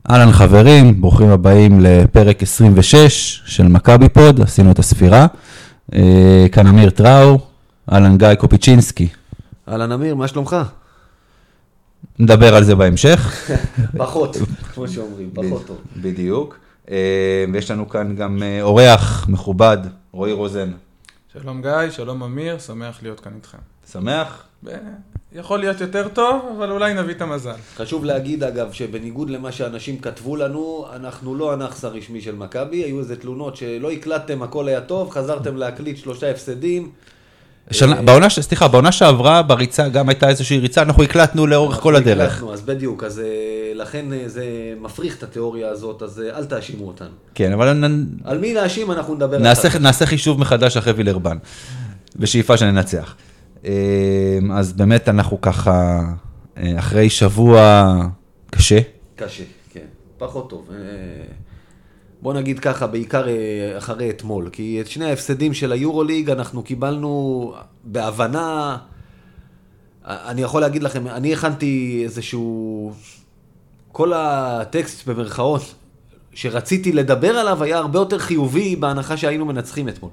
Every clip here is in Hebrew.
אהלן חברים, ברוכים הבאים לפרק 26 של מכבי פוד, עשינו את הספירה. כאן אמיר טראו, אהלן גיא קופיצ'ינסקי. אהלן אמיר, מה שלומך? נדבר על זה בהמשך. פחות, כמו שאומרים, פחות טוב. בדיוק. ויש לנו כאן גם אורח מכובד, רועי רוזן. שלום גיא, שלום אמיר, שמח להיות כאן איתכם. שמח? יכול להיות יותר טוב, אבל אולי נביא את המזל. חשוב להגיד אגב שבניגוד למה שאנשים כתבו לנו, אנחנו לא הנכס הרשמי של מכבי, היו איזה תלונות שלא הקלטתם, הכל היה טוב, חזרתם להקליט 3 הפסדים. בעונה שעברה בריצה גם הייתה איזושהי ריצה, אנחנו הקלטנו לאורך כל הדרך. אז בדיוק, אז לכן זה מפריך את התיאוריה הזאת, אז אל תאשימו אותנו. כן, אבל על מי להאשים אנחנו נדבר. נעשה חישוב מחדש אחרי וילרבן, בשאיפה שננצח. אז באמת אנחנו ככה, אחרי שבוע קשה. קשה, כן. פחות טוב. בוא נגיד ככה, בעיקר אחרי אתמול, כי את שני ההפסדים של היורוליג אנחנו קיבלנו בהבנה, אני יכול להגיד לכם, אני הכנתי איזשהו, כל הטקסט במרכאות שרציתי לדבר עליו היה הרבה יותר חיובי בהנחה שהיינו מנצחים אתמול.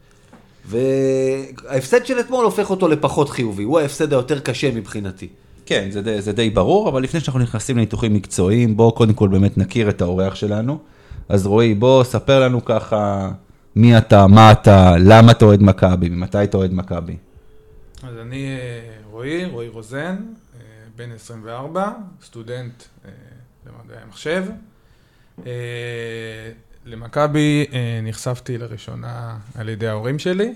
וההפסד של אתמול הופך אותו לפחות חיובי, הוא ההפסד היותר קשה מבחינתי. כן, זה די ברור, אבל לפני שאנחנו נכנסים לניתוחים מקצועיים, בואו קודם כל באמת נכיר את האורח שלנו. אז רועי, בוא ספר לנו ככה מי אתה, מה אתה, למה אתה אוהד מכבי, ממתי אתה אוהד מכבי. אז אני רועי רוזן, בן 24, סטודנט למדעי המחשב. למכבי נחשפתי לראשונה על ידי ההורים שלי,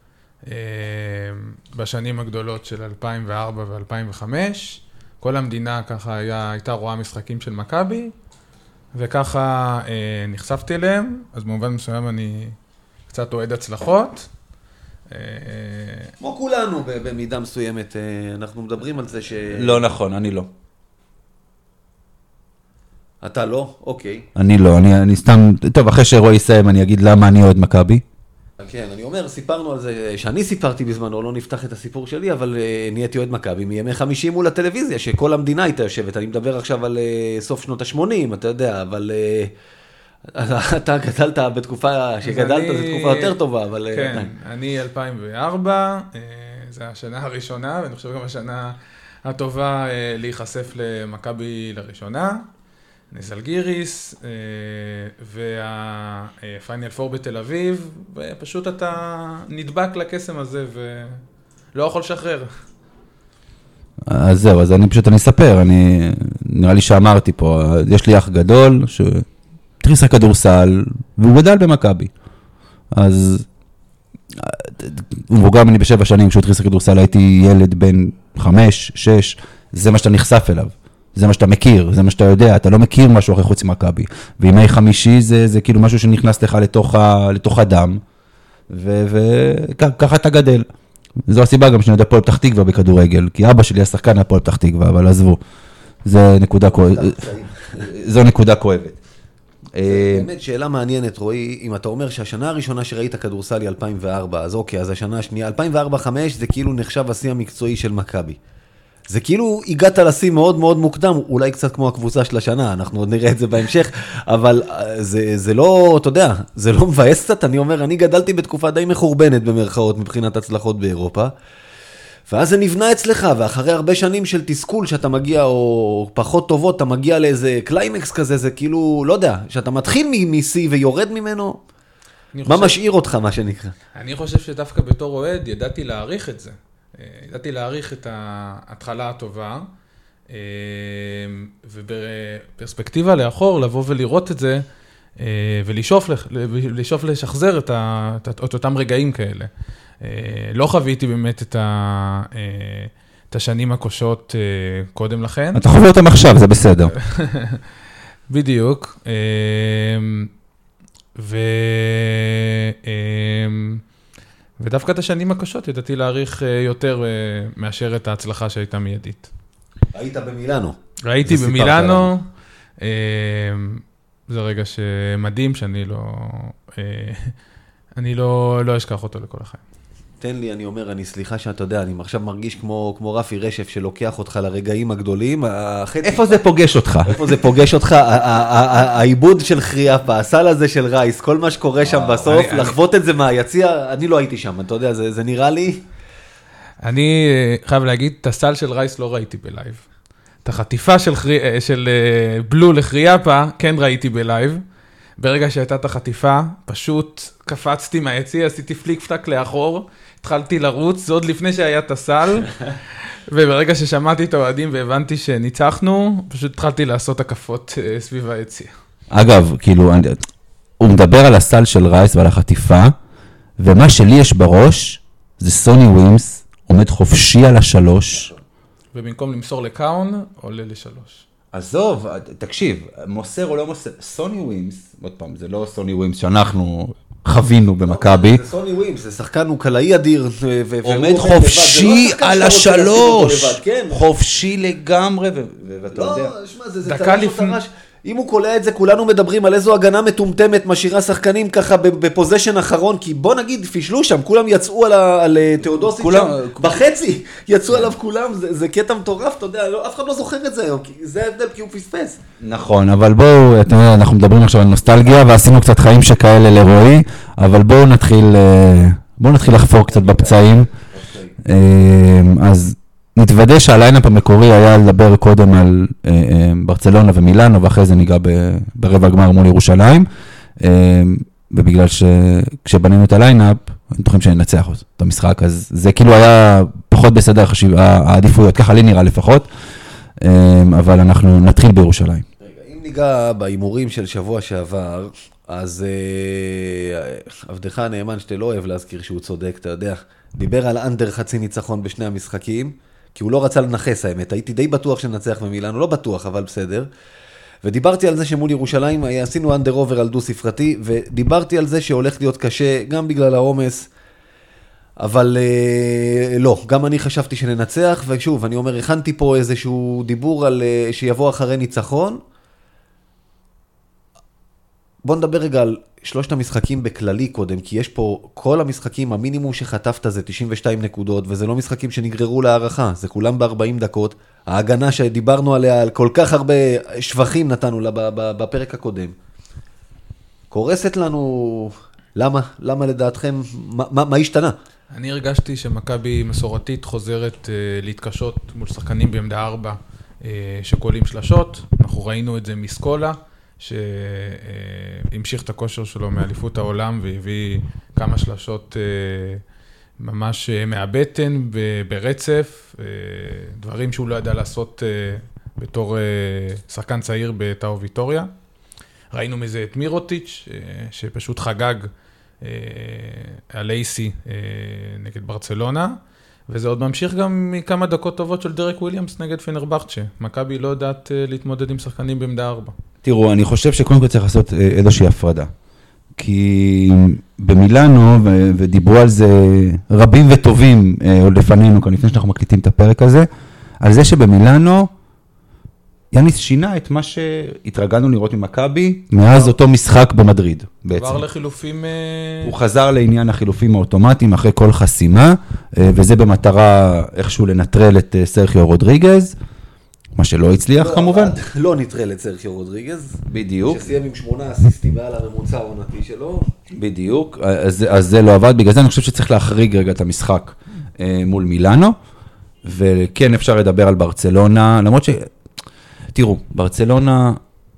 בשנים הגדולות של 2004 ו-2005. כל המדינה ככה הייתה רואה משחקים של מכבי, וככה נחשפתי אליהם, אז במובן מסוים אני קצת אוהד הצלחות. כמו כולנו במידה מסוימת, אנחנו מדברים על זה ש... לא נכון, אני לא. אתה לא? אוקיי. אני לא, אני סתם, טוב, אחרי שרועי יסיים אני אגיד למה אני אוהד מכבי. כן, אני אומר, סיפרנו על זה, שאני סיפרתי בזמנו, לא נפתח את הסיפור שלי, אבל נהייתי אוהד מכבי מימי 50 מול הטלוויזיה, שכל המדינה הייתה יושבת. אני מדבר עכשיו על סוף שנות ה-80, אתה יודע, אבל אתה גדלת בתקופה, שגדלת זו תקופה יותר טובה, אבל... כן, אני 2004, זו השנה הראשונה, ואני חושב גם השנה הטובה להיחשף למכבי לראשונה. ניסלגיריס, והפיינל פור בתל אביב, ופשוט אתה נדבק לקסם הזה ולא יכול לשחרר. אז זהו, אז אני אספר, נראה לי שאמרתי פה, יש לי אח גדול שתריסה כדורסל, והוא גדל במכבי. אז הוא מבוגר ממני ב7 שנים, כשהוא תריסה כדורסל, הייתי ילד בן 5, 6, זה מה שאתה נחשף אליו. זה מה שאתה מכיר, זה מה שאתה יודע, אתה לא מכיר משהו אחרי חוץ מכבי. וימי חמישי זה כאילו משהו שנכנס לך לתוך הדם, וככה אתה גדל. זו הסיבה גם שאני יודע פועל פתח תקווה בכדורגל, כי אבא שלי השחקן היה פועל פתח תקווה, אבל עזבו, זו נקודה כואבת. באמת שאלה מעניינת, רועי, אם אתה אומר שהשנה הראשונה שראית כדורסל היא 2004, אז אוקיי, אז השנה השנייה, 2004-2005 זה כאילו נחשב השיא המקצועי של מכבי. זה כאילו הגעת לשיא מאוד מאוד מוקדם, אולי קצת כמו הקבוצה של השנה, אנחנו עוד נראה את זה בהמשך, אבל זה לא, אתה יודע, זה לא מבאס קצת, אני אומר, אני גדלתי בתקופה די מחורבנת במרכאות מבחינת הצלחות באירופה, ואז זה נבנה אצלך, ואחרי הרבה שנים של תסכול שאתה מגיע, או פחות טובות, אתה מגיע לאיזה קליימקס כזה, זה כאילו, לא יודע, שאתה מתחיל משיא ויורד ממנו, מה משאיר אותך, מה שנקרא? אני חושב שדווקא בתור אוהד ידעתי להעריך את זה. ידעתי להעריך את ההתחלה הטובה, ובפרספקטיבה לאחור לבוא ולראות את זה, ולשאוף לשחזר את אותם רגעים כאלה. לא חוויתי באמת את השנים הקושות קודם לכן. אתה חווה אותם עכשיו, זה בסדר. בדיוק. ודווקא את השנים הקשות ידעתי להעריך יותר מאשר את ההצלחה שהייתה מיידית. היית במילאנו. הייתי במילאנו. זה רגע שמדהים שאני לא אשכח אותו לכל החיים. תן לי, אני אומר, סליחה שאתה יודע, אני עכשיו מרגיש כמו רפי רשף שלוקח אותך לרגעים הגדולים. איפה זה פוגש אותך? איפה זה פוגש אותך? העיבוד של חריאפה, הסל הזה של רייס, כל מה שקורה שם בסוף, לחוות את זה מהיציע, אני לא הייתי שם, אתה יודע, זה נראה לי... אני חייב להגיד, את הסל של רייס לא ראיתי בלייב. את החטיפה של בלו לחריאפה, כן ראיתי בלייב. ברגע שהייתה את החטיפה, פשוט קפצתי מהיציע, עשיתי פליק פלק לאחור, התחלתי לרוץ, זה עוד לפני שהיה את הסל, וברגע ששמעתי את האוהדים והבנתי שניצחנו, פשוט התחלתי לעשות הקפות סביב היציע. אגב, כאילו, הוא מדבר על הסל של רייס ועל החטיפה, ומה שלי יש בראש, זה סוני ווימס, עומד חופשי על 3. ובמקום למסור לקאון, עולה ל3. עזוב, תקשיב, מוסר או לא מוסר, סוני ווימס, עוד פעם, זה לא סוני ווימס שאנחנו חווינו במכבי. זה סוני ווימס, זה שחקן הוא קלעי אדיר. עומד חופשי על 3, חופשי לגמרי, ואתה יודע. לא, שמע, זה תרש או תרש. אם הוא קולע את זה, כולנו מדברים על איזו הגנה מטומטמת, משאירה שחקנים ככה בפוזיישן אחרון, כי בוא נגיד, פישלו שם, כולם יצאו על תיאודוסיץ' שם, בחצי יצאו עליו כולם, זה קטע מטורף, אתה יודע, אף אחד לא זוכר את זה היום, זה ההבדל, כי הוא פספס. נכון, אבל בואו, אנחנו מדברים עכשיו על נוסטלגיה, ועשינו קצת חיים שכאלה לרועי, אבל בואו נתחיל לחפור קצת בפצעים. אז נתוודא שהליינאפ המקורי היה לדבר קודם על ברצלונה ומילאנו, ואחרי זה ניגע ברבע הגמר מול ירושלים, ובגלל שכשבנינו את הליינאפ, בטוחים שננצח את המשחק, אז זה כאילו היה פחות בסדר העדיפויות, ככה לי נראה לפחות, אבל אנחנו נתחיל בירושלים. רגע, אם ניגע בהימורים של שבוע שעבר, אז עבדך הנאמן שאתה לא אוהב להזכיר שהוא צודק, אתה יודע, דיבר על אנדר חצי ניצחון בשני המשחקים, כי הוא לא רצה לנחס האמת, הייתי די בטוח שנצח במילאנו, לא בטוח, אבל בסדר. ודיברתי על זה שמול ירושלים, עשינו אנדר אובר על דו ספרתי, ודיברתי על זה שהולך להיות קשה, גם בגלל העומס, אבל לא, גם אני חשבתי שננצח, ושוב, אני אומר, הכנתי פה איזשהו דיבור על שיבוא אחרי ניצחון. בוא נדבר רגע על שלושת המשחקים בכללי קודם, כי יש פה כל המשחקים, המינימום שחטפת זה 92 נקודות, וזה לא משחקים שנגררו להערכה, זה כולם ב-40 דקות. ההגנה שדיברנו עליה, על כל כך הרבה שבחים נתנו לה בפרק הקודם. קורסת לנו, למה? למה לדעתכם, מה השתנה? אני הרגשתי שמכבי מסורתית חוזרת להתקשות מול שחקנים בעמדה 4 שקולים שלשות, אנחנו ראינו את זה מסקולה, שהמשיך את הכושר שלו מאליפות העולם והביא כמה שלשות ממש מהבטן ברצף, דברים שהוא לא ידע לעשות בתור שחקן צעיר בטאו ויטוריה. ראינו מזה את מירוטיץ' שפשוט חגג הלייסי נגד ברצלונה, וזה עוד ממשיך גם מכמה דקות טובות של דרק וויליאמס נגד פנרבחצ'ה. מכבי לא יודעת להתמודד עם שחקנים בעמדה 4. תראו, אני חושב שקודם כל צריך לעשות איזושהי הפרדה. כי במילאנו, ודיברו על זה רבים וטובים עוד לפנינו, כאן לפני שאנחנו מקליטים את הפרק הזה, על זה שבמילאנו, יאניס שינה את מה שהתרגלנו לראות ממכבי, מאז אותו משחק במדריד בעצם. כבר לחילופים... הוא חזר לעניין החילופים האוטומטיים אחרי כל חסימה, וזה במטרה איכשהו לנטרל את סרחיו רודריגז, מה שלא הצליח כמובן. לא נטרל את סרחיו רודריגז. בדיוק. שסיים עם 8 אסיסטים מעל הממוצע העונתי שלו. בדיוק, אז זה לא עבד, בגלל זה אני חושב שצריך להחריג רגע את המשחק מול מילאנו, וכן אפשר לדבר על ברצלונה, למרות ש... תראו, ברצלונה,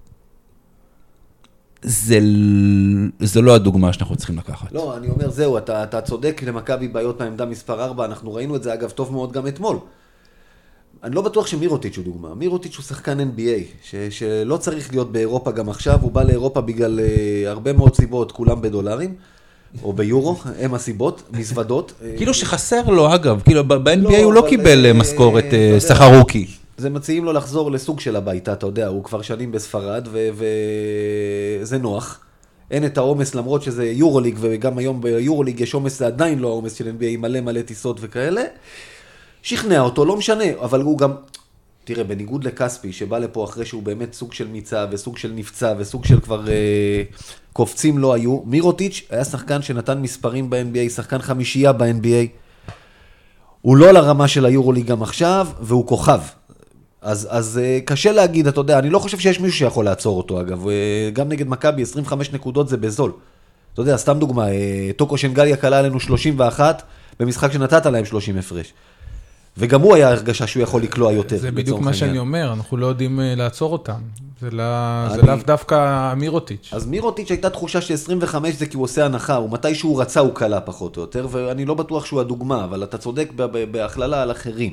זה לא הדוגמה שאנחנו צריכים לקחת. לא, אני אומר, זהו, אתה צודק למכבי בעיות מהעמדה מספר 4, אנחנו ראינו את זה אגב טוב מאוד גם אתמול. אני לא בטוח שמירוטיץ' הוא דוגמה. מירוטיץ' הוא שחקן NBA, שלא צריך להיות באירופה גם עכשיו, הוא בא לאירופה בגלל הרבה מאוד סיבות, כולם בדולרים, או ביורו, הם הסיבות, מזוודות. כאילו שחסר לו, אגב, כאילו ב-NBA הוא לא קיבל משכורת שכר רוקי. זה מציעים לו לחזור לסוג של הביתה, אתה יודע, הוא כבר שנים בספרד, וזה נוח. אין את העומס, למרות שזה יורוליג, וגם היום ביורוליג יש עומס, זה עדיין לא העומס של NBA, מלא טיסות וכאלה. שכנע אותו, לא משנה, אבל הוא גם, תראה, בניגוד לקספי, שבא לפה אחרי שהוא באמת סוג של מיצה, וסוג של נפצע, וסוג של כבר קופצים לא היו, מירוטיץ' היה שחקן שנתן מספרים ב-NBA, שחקן חמישייה ב-NBA, הוא לא לרמה של היורוליג גם עכשיו, והוא כוכב. אז קשה להגיד, אתה יודע, אני לא חושב שיש מישהו שיכול לעצור אותו, אגב, גם נגד מכבי, 25 נקודות זה בזול. אתה יודע, סתם דוגמה, טוקו שנגליה קלה עלינו 31, במשחק שנתת להם 30 הפרש. וגם הוא היה הרגשה שהוא יכול לקלוע יותר. זה בדיוק מה שאני אומר, אנחנו לא יודעים לעצור אותם. זה לאו דווקא מירוטיץ'. אז מירוטיץ' הייתה תחושה ש-25 זה כי הוא עושה הנחה, ומתי שהוא רצה הוא קלה פחות או יותר, ואני לא בטוח שהוא הדוגמה, אבל אתה צודק בהכללה על אחרים.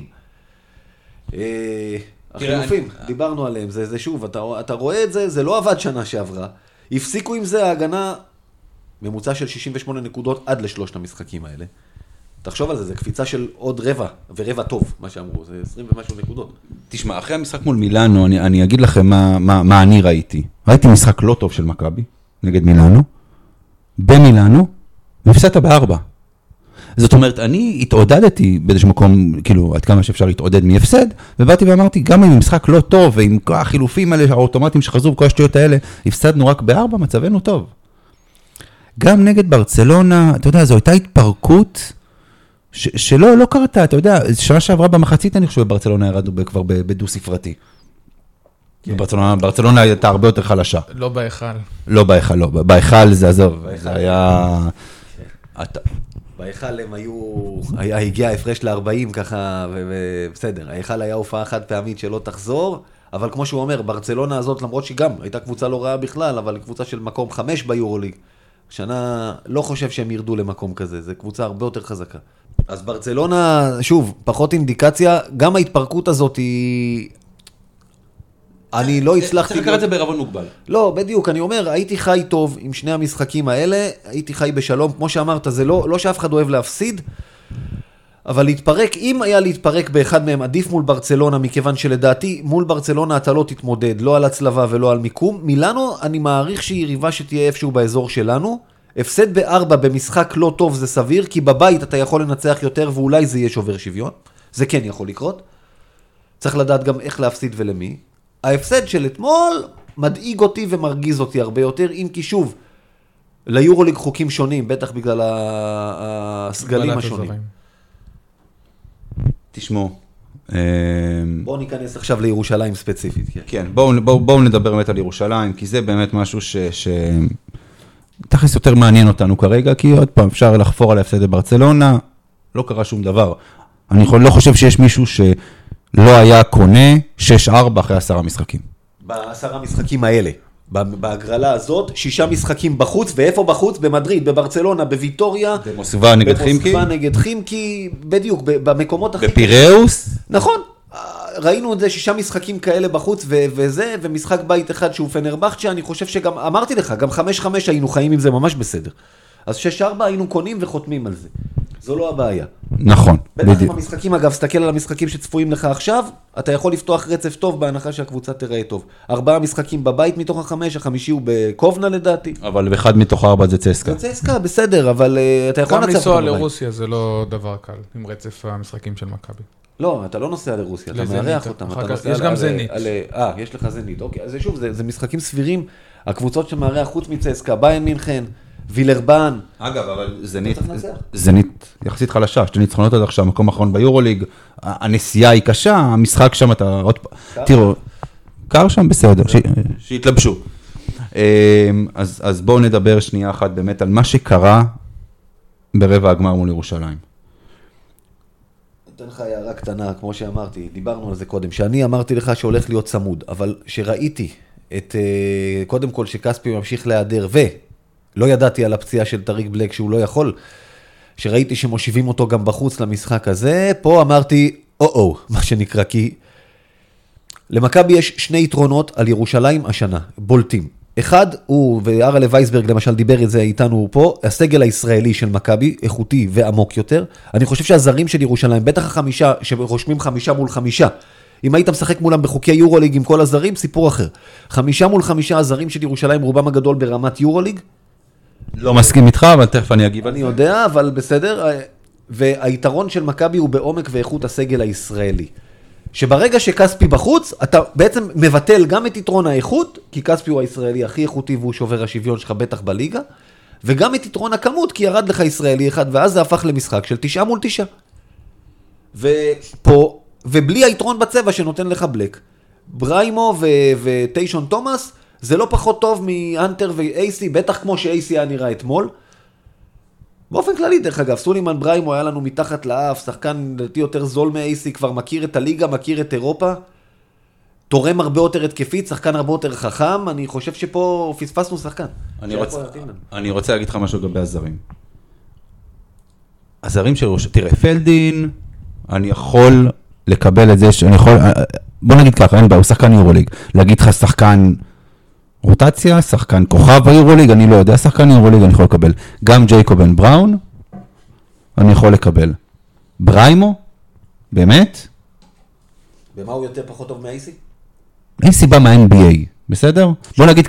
החילופים, דיברנו עליהם, זה שוב, אתה רואה את זה, זה לא עבד שנה שעברה. הפסיקו עם זה ההגנה ממוצע של 68 נקודות עד לשלושת המשחקים האלה. תחשוב על זה, זה קפיצה של עוד רבע, ורבע טוב, מה שאמרו, זה 20 ומשהו נקודות. תשמע, אחרי המשחק מול מילאנו, אני אגיד לכם מה אני ראיתי. ראיתי משחק לא טוב של מכבי, נגד מילאנו, במילאנו, והפסדת ב4. זאת אומרת, אני התעודדתי באיזשהו מקום, כאילו, עד כמה שאפשר להתעודד מהפסד, ובאתי ואמרתי, גם אם משחק לא טוב, ועם כל החילופים האלה, האוטומטיים שחזרו וכל השטויות האלה, הפסדנו רק ב4, מצבנו טוב. גם נגד ברצלונה, אתה יודע, זו הייתה התפרקות, שלא קרתה, אתה יודע, שנה שעברה במחצית, אני חושב, בברצלונה ירדנו כבר בדו ספרתי. ברצלונה הייתה הרבה יותר חלשה. לא בהיכל. לא בהיכל, לא. בהיכל זה עזוב, זה היה... בהיכל הם הגיע הפרש ל-40 ככה, ובסדר, ההיכל היה הופעה חד פעמית שלא תחזור, אבל כמו שהוא אומר, ברצלונה הזאת, למרות שהיא גם הייתה קבוצה לא רעה בכלל, אבל קבוצה של מקום 5 ביורוליג, שנה לא חושב שהם ירדו למקום כזה, זו קבוצה הרבה יותר חזקה. אז ברצלונה, שוב, פחות אינדיקציה, גם ההתפרקות הזאת היא... אני לא הצלחתי... צריך לקרוא את זה בערבון מוגבל. לא, בדיוק, אני אומר, הייתי חי טוב עם שני המשחקים האלה, הייתי חי בשלום, כמו שאמרת, זה לא שאף אחד אוהב להפסיד, אבל להתפרק, אם היה להתפרק באחד מהם, עדיף מול ברצלונה, מכיוון שלדעתי, מול ברצלונה אתה לא תתמודד, לא על הצלבה ולא על מיקום. מילאנו, אני מעריך שהיא יריבה שתהיה איפשהו באזור שלנו, הפסד ב4 במשחק לא טוב זה סביר, כי בבית אתה יכול לנצח יותר, ואולי זה יהיה שובר שוויון. זה כן יכול לקרות. צריך לדעת גם איך להפסיד ולמי. ההפסד של אתמול מדאיג אותי ומרגיז אותי הרבה יותר, אם כי שוב, ליורוליג חוקים שונים, בטח בגלל הסגלים השונים. תשמעו. בואו ניכנס עכשיו לירושלים ספציפית. כן, בואו נדבר באמת על ירושלים, כי זה באמת משהו תכלס יותר מעניין אותנו כרגע, כי עוד פעם אפשר לחפור על ההפסד בברצלונה, לא קרה שום דבר. אני לא חושב שיש מישהו שלא היה קונה 6-4 אחרי 10 משחקים. ב10 המשחקים האלה, בהגרלה הזאת, 6 משחקים בחוץ, ואיפה בחוץ? במדריד, בברצלונה, בוויטוריה. במוסקבה נגד חימקי. במוסקבה נגד חימקי, בדיוק, במקומות הכי... בפיראוס. נכון. ראינו את זה 6 משחקים כאלה בחוץ וזה, ומשחק בית אחד שהוא פנרבחצ'ה, אני חושב שגם, אמרתי לך, גם 5-5 היינו חיים עם זה ממש בסדר. אז 6-4 היינו קונים וחותמים על זה. זו לא הבעיה. נכון. בטח עם המשחקים, אגב, סתכל על המשחקים שצפויים לך עכשיו, אתה יכול לפתוח רצף טוב בהנחה שהקבוצה תראה טוב. 4 משחקים בבית מתוך 5, החמישי הוא בקובנה לדעתי. אבל אחד מתוך 4 זה צסקה. זה צסקה, בסדר, אבל אתה יכול גם לנסוע לרוסיה זה לא דבר קל, עם רצף המשחקים של מכבי. לא, אתה לא נוסע לרוסיה, אתה מארח אותם. יש גם זנית. יש לך זנית, אוקיי. אז שוב, זה משחקים סבירים, הקבוצות שמארח חוץ מצסקה, ביין מינכן, וילרבן. אגב, אבל זנית יחסית חלשה, שתי ניצחונות עד עכשיו, מקום אחרון ביורוליג, הנסיעה היא קשה, המשחק שם אתה עוד פעם, תראו, קר שם בסדר, שיתלבשו. אז בואו נדבר שנייה אחת באמת על מה שקרה ברבע הגמר מול ירושלים. אתן לך הערה קטנה, כמו שאמרתי, דיברנו על זה קודם, שאני אמרתי לך שהולך להיות צמוד, אבל שראיתי קודם כל שקספי ממשיך להיעדר, ולא ידעתי על הפציעה של טריק בלק שהוא לא יכול, שראיתי שמושיבים אותו גם בחוץ למשחק הזה, פה אמרתי, מה שנקרא, כי למכבי יש 2 יתרונות על ירושלים השנה, בולטים. אחד הוא, וארלה וייסברג למשל דיבר את זה איתנו פה, הסגל הישראלי של מכבי, איכותי ועמוק יותר. אני חושב שהזרים של ירושלים, בטח 5, שרושמים 5 מול 5, אם היית משחק מולם בחוקי יורוליג עם כל הזרים, סיפור אחר. 5 מול 5 הזרים של ירושלים, רובם הגדול ברמת יורוליג. לא מסכים איתך, אבל תכף אני אגיב על זה. אני יודע, אבל בסדר. והיתרון של מכבי הוא בעומק ואיכות הסגל הישראלי. שברגע שקספי בחוץ, אתה בעצם מבטל גם את יתרון האיכות, כי קספי הוא הישראלי הכי איכותי והוא שובר השוויון שלך בטח בליגה, וגם את יתרון הכמות, כי ירד לך ישראלי אחד, ואז זה הפך למשחק של 9 מול 9. ופה, ובלי היתרון בצבע שנותן לך בלק, בריימו וטיישון תומאס, זה לא פחות טוב מאנטר ואייסי, בטח כמו שאייסי היה נראה אתמול. באופן כללי, דרך אגב, סולימן בריימו היה לנו מתחת לאף, שחקן לדעתי יותר זול מאייסי, כבר מכיר את הליגה, מכיר את אירופה, תורם הרבה יותר התקפית, שחקן הרבה יותר חכם, אני חושב שפה פספסנו שחקן. אני רוצה להגיד לך משהו לגבי הזרים. הזרים של ראש, תראה, פלדין, אני יכול לקבל את זה, בוא נגיד ככה, אין בה, הוא שחקן יורוליג, להגיד לך שחקן רוטציה, שחקן כוכב ביורוליג, אני לא יודע, שחקן יורוליג אני יכול לקבל. גם ג'ייקובן בראון, אני יכול לקבל. בריימו, באמת? במה הוא יותר פחות טוב מאייסי? אין סיבה מה-NBA, בסדר? בוא נגיד,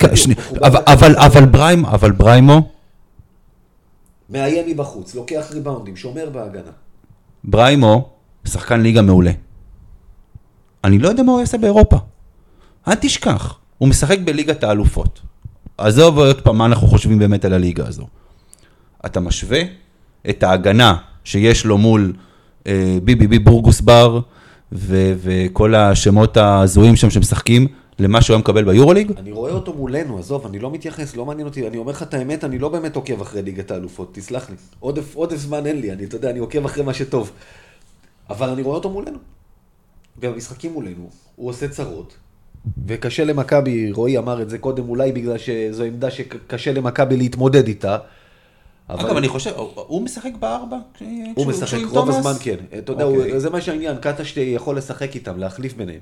אבל בריימו, מאיים מבחוץ, לוקח ריבאונדים, שומר בהגנה. בריימו, שחקן ליגה מעולה. אני לא יודע מה הוא יעשה באירופה. אל תשכח. הוא משחק בליגת האלופות. עזוב עוד פעם מה אנחנו חושבים באמת על הליגה הזו. אתה משווה את ההגנה שיש לו מול ביבי בורגוס בר וכל השמות הזויים שם שמשחקים למה שהוא היה מקבל ביורוליג? אני רואה אותו מולנו, עזוב, אני לא מתייחס, לא מעניין אותי, אני אומר לך את האמת, אני לא באמת עוקב אחרי ליגת האלופות, תסלח לי. עודף זמן אין לי, אתה יודע, אני עוקב אחרי מה שטוב. אבל אני רואה אותו מולנו. במשחקים מולנו, הוא עושה צרות. וקשה למכבי, רועי אמר את זה קודם, אולי בגלל שזו עמדה שקשה למכבי להתמודד איתה. אגב, אני חושב, הוא משחק בארבע? הוא משחק, רוב הזמן כן. אתה יודע, זה מה שהעניין, קטש יכול לשחק איתם, להחליף ביניהם.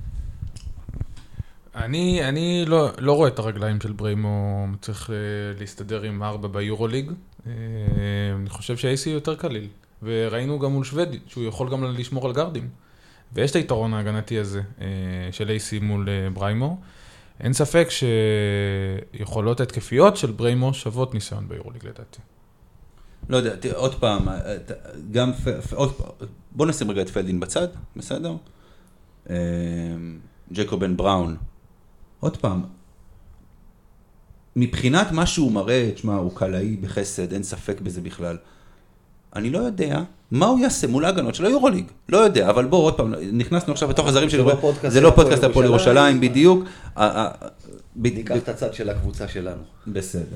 אני לא רואה את הרגליים של בריימו צריך להסתדר עם 4 ביורוליג. אני חושב שאייסי יותר קליל. וראינו גם מול שווד, שהוא יכול גם לשמור על גרדים. ויש את היתרון ההגנתי הזה של אייסי מול בריימו. אין ספק שיכולות התקפיות של בריימו שוות ניסיון ביורוליג לדעתי. לא יודע, עוד פעם, בוא נשים רגע את פלדין בצד, בסדר? ג'ייקובן בראון. עוד פעם, מבחינת מה שהוא מראה, תשמע, הוא קלעי בחסד, אין ספק בזה בכלל. אני לא יודע מה הוא יעשה מול ההגנות של היורוליג. לא יודע, אבל בואו עוד פעם, נכנסנו עכשיו בתוך הזרים של... זה לא פודקאסט הפועל ירושלים, בדיוק. ניקח את הצד של הקבוצה שלנו. בסדר.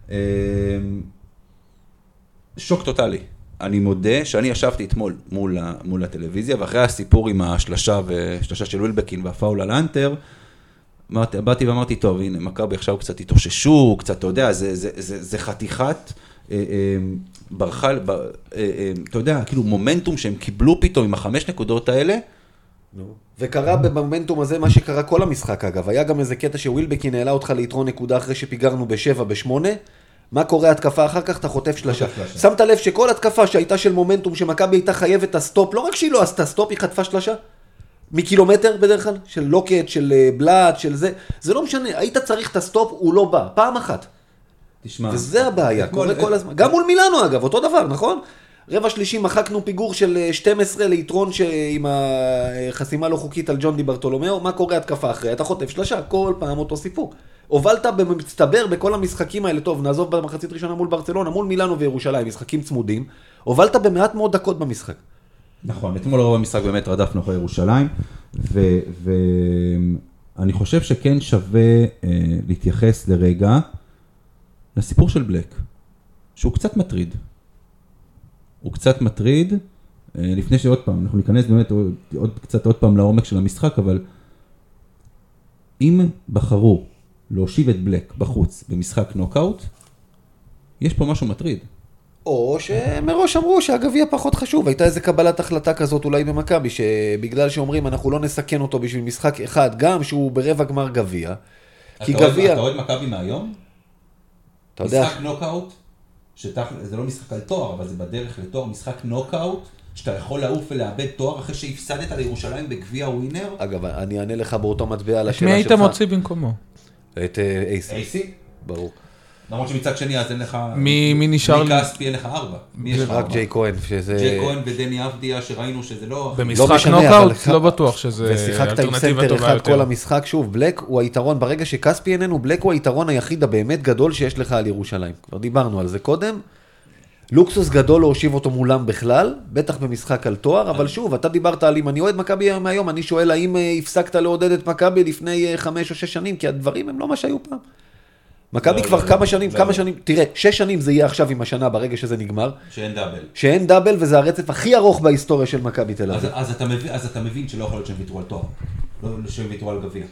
שוק טוטלי. אני מודה שאני ישבתי אתמול מול הטלוויזיה, ואחרי הסיפור עם השלשה של ווילבקין והפאול על האנטר, באתי ואמרתי, טוב, הנה, מכבי עכשיו קצת התאוששו, קצת, אתה יודע, זה חתיכת ברחל, אתה יודע, כאילו מומנטום שהם קיבלו פתאום עם 5 נקודות האלה. וקרה במומנטום הזה מה שקרה כל המשחק אגב, היה גם איזה קטע שווילבקין העלה אותך ליתרון נקודה אחרי שפיגרנו ב7, ב8, מה קורה התקפה אחר כך? אתה חוטף שלשה. שמת לב שכל התקפה שהייתה של מומנטום שמכבי הייתה חייבת הסטופ, לא רק שהיא לא עשתה סטופ, היא חטפה שלשה. מקילומטר בדרך כלל, של לוקט, של בלאט, של זה. זה לא משנה, היית צריך את הסטופ, הוא לא בא, פעם אחת. תשמע. וזה הבעיה, קורה כל הזמן. גם מול מילאנו אגב, אותו דבר, נכון? רבע שלישי מחקנו פיגור של 12 ליתרון עם החסימה לא חוקית על ג'ון די ברטולומיאו, מה קורה התקפה אחרי? אתה חוטף שלשה, כל פעם אותו סיפור. הובלת במצטבר בכל המשחקים האלה, טוב, נעזוב במחצית ראשונה מול ברצלונה, מול מילאנו וירושלים, משחקים צמודים, הובלת במעט מאוד דקות במשחק. נכון, אתמול רוב המשחק באמת רדפנו אחרי ירושלים, ואני חושב שכן שווה להתייחס לרגע לסיפור של בלק, שהוא קצת מטריד. הוא קצת מטריד, לפני שעוד פעם, אנחנו ניכנס באמת עוד פעם לעומק של המשחק, אבל אם בחרו להושיב את בלק בחוץ במשחק נוקאוט, יש פה משהו מטריד. או שמראש אמרו שהגביע פחות חשוב, הייתה איזה קבלת החלטה כזאת אולי במכבי, שבגלל שאומרים אנחנו לא נסכן אותו בשביל משחק אחד, גם שהוא ברבע גמר גביע, כי גביע... אתה אוהד מכבי מהיום? אתה יודע... משחק נוקאוט, זה לא משחק על תואר, אבל זה בדרך לתואר, משחק נוקאוט, שאתה יכול לעוף ולאבד תואר אחרי שהפסדת לירושלים בגביע ווינר. אגב, אני אענה לך באותו מטבע על את השאלה מי שלך. היית מוציא במקומו? את אייסי. ברור. למרות שמצד שני, אז אין לך... מי נשאר... מקספי אין לך 4. מי יש לך 4? רק ג'יי כהן, שזה... ג'יי כהן ודני אבדיה, שראינו שזה לא... במשחק נוקאוט, לא בטוח שזה ושיחקת עם סנטר אחד כל המשחק. שוב, בלק הוא היתרון, ברגע שקספי איננו, בלק הוא היתרון היחיד הבאמת גדול שיש לך על ירושלים. כבר דיברנו על זה קודם. לוקסוס גדול להושיב אותו מולם בכלל, בטח במשחק על תואר, אבל שוב, אתה דיברת על אם אני אוהד מכבי מהיום, אני שואל האם הפסקת לעודד את מכבי לפני 5 או 6 שנים, כי הדברים הם לא מה שהיו פעם. מכבי כבר כמה שנים, תראה, 6 שנים זה יהיה עכשיו עם השנה ברגע שזה נגמר. שאין דאבל, וזה הרצף הכי ארוך בהיסטוריה של מכבי תל אביב. אז אתה מבין שלא יכול להיות שהם ויתרו על תואר, לא שהם ויתרו על גביע.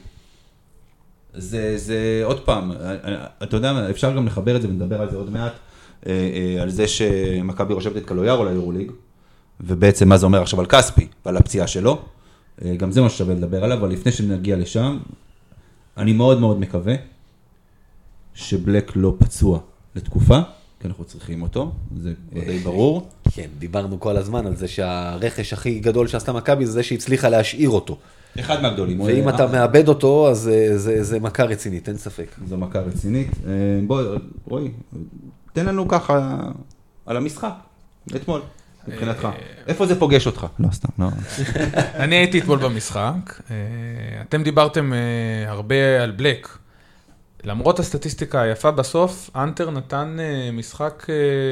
זה עוד פעם, אתה יודע, אפשר גם לחבר את זה ונדבר על זה עוד מעט, על זה שמכבי רושבת את קלויארו ליורוליג, ובעצם מה זה אומר עכשיו על כספי ועל הפציעה שלו, גם זה מה ששווה לדבר עליו, אבל לפני שנגיע לשם, אני מאוד מאוד מקווה שבלק לא פצוע לתקופה, כי אנחנו צריכים אותו, זה די ברור. כן, דיברנו כל הזמן על זה שהרכש הכי גדול שעשתה מכבי זה זה שהצליחה להשאיר אותו. אחד מהגדולים. ואם אתה מאבד אותו, אז זה מכה רצינית, אין ספק. זו מכה רצינית. בוא, רואי, תן לנו ככה על המשחק, אתמול, מבחינתך. איפה זה פוגש אותך? לא, סתם, לא. אני הייתי אתמול במשחק. אתם דיברתם הרבה על בלק. למרות הסטטיסטיקה היפה בסוף, אנטר נתן משחק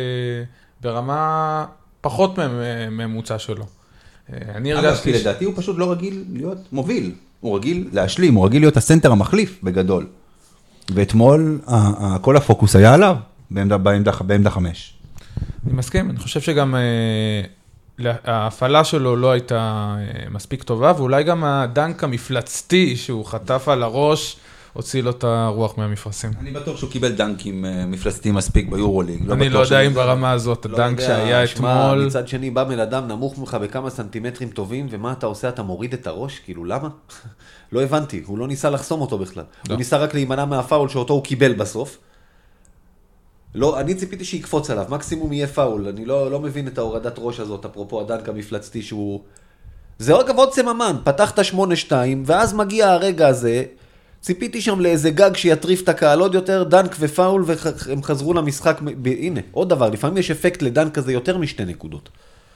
ברמה פחות ממוצע שלו. אני הרגשתי... אגב, לדעתי הוא פשוט לא רגיל להיות מוביל. הוא רגיל להשלים, הוא רגיל להיות הסנטר המחליף בגדול. ואתמול כל הפוקוס היה עליו בעמדה 5. אני מסכים, אני חושב שגם ההפעלה שלו לא הייתה מספיק טובה, ואולי גם הדנק המפלצתי שהוא חטף על הראש, הוציא לו את הרוח מהמפרשים. אני בטוח שהוא קיבל דנקים מפלצתיים מספיק ביורוליג. אני לא יודע אם ברמה הזאת, הדנק שהיה אתמול... מצד שני בא מלאדם נמוך ממך בכמה סנטימטרים טובים, ומה אתה עושה? אתה מוריד את הראש? כאילו, למה? לא הבנתי, הוא לא ניסה לחסום אותו בכלל. הוא ניסה רק להימנע מהפאול שאותו הוא קיבל בסוף. לא, אני ציפיתי שיקפוץ עליו, מקסימום יהיה פאול. אני לא מבין את ההורדת ראש הזאת, אפרופו הדנק המפלצתי שהוא... זה אגב עוד סממן, פתחת 8-2, ואז מגיע הרגע הזה, ציפיתי שם לאיזה גג שיטריף את הקהל עוד יותר, דנק ופאול, והם חזרו למשחק. הנה, עוד דבר, לפעמים יש אפקט לדנק כזה יותר משתי נקודות.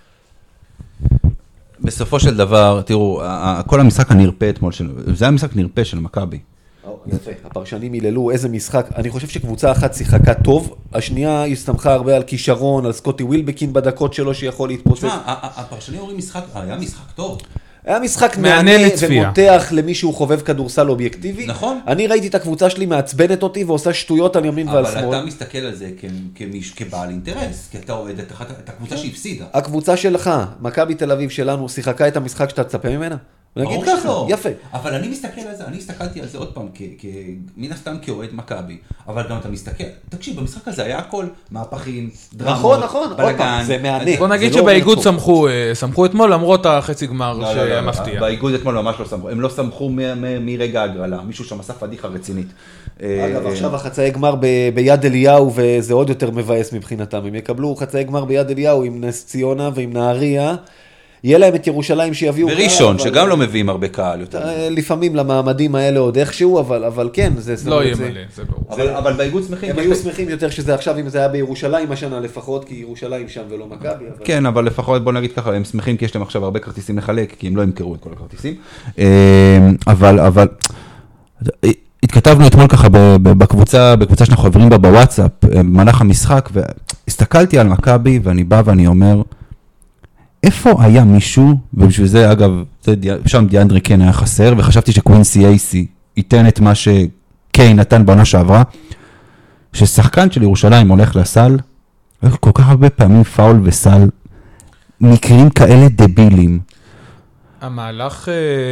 בסופו של דבר, תראו, כל המשחק הנרפה אתמול, זה היה משחק נרפה של מכבי. יפה, הפרשנים היללו איזה משחק, אני חושב שקבוצה אחת שיחקה טוב, השנייה הסתמכה הרבה על כישרון, על סקוטי ווילבקין בדקות שלו שיכול להתפוצץ. תשמע, הפרשנים אומרים משחק, היה משחק טוב. היה משחק מענה ומותח למי שהוא חובב כדורסל אובייקטיבי. נכון. אני ראיתי את הקבוצה שלי מעצבנת אותי ועושה שטויות על ימין ועל שמאל. אבל אתה מסתכל על זה כבעל אינטרס, כי אתה אוהד את הקבוצה שהפסידה. הקבוצה שלך, מכבי תל אביב שלנו, שיחקה את המשחק שאתה תצפה ממנה? נגיד ככה, יפה. אבל אני מסתכל על זה, אני הסתכלתי על זה עוד פעם, מן הסתם כאוהד מכבי, אבל גם אתה מסתכל, תקשיב, במשחק הזה היה הכל מהפכים, דרמות, בלגן. זה מענה. בוא נגיד שבאיגוד סמכו אתמול, למרות החצי גמר שמפתיע. באיגוד אתמול ממש לא סמכו, הם לא סמכו מרגע הגרלה, מישהו שם עשה פדיחה רצינית. אגב, עכשיו החצאי גמר ביד אליהו, וזה עוד יותר מבאס מבחינתם, הם יקבלו חצאי גמר ביד אליהו עם נס ציונה ועם נהריה, יהיה להם את ירושלים שיביאו... וראשון, שגם לא מביאים הרבה קהל יותר. לפעמים למעמדים האלה עוד איכשהו, אבל כן, זה... לא יהיה מלא, זה ברור. אבל באיגוד שמחים... הם היו שמחים יותר שזה עכשיו, אם זה היה בירושלים השנה לפחות, כי ירושלים שם ולא מכבי. כן, אבל לפחות בוא נגיד ככה, הם שמחים כי יש להם עכשיו הרבה כרטיסים לחלק, כי הם לא ימכרו את כל הכרטיסים. אבל... התכתבנו אתמול ככה בקבוצה שאנחנו חברים בה בוואטסאפ, במהלך המשחק, והסתכלתי על מכבי ואני בא ואני אומר, איפה היה מישהו, ובשביל זה אגב, שם דיאנדרי קיין היה חסר, וחשבתי שקווינסי אייסי ייתן את מה שקיין נתן בעונה שעברה, ששחקן של ירושלים הולך לסל, כל כך הרבה פעמים פאול וסל, מקרים כאלה דבילים. המהלך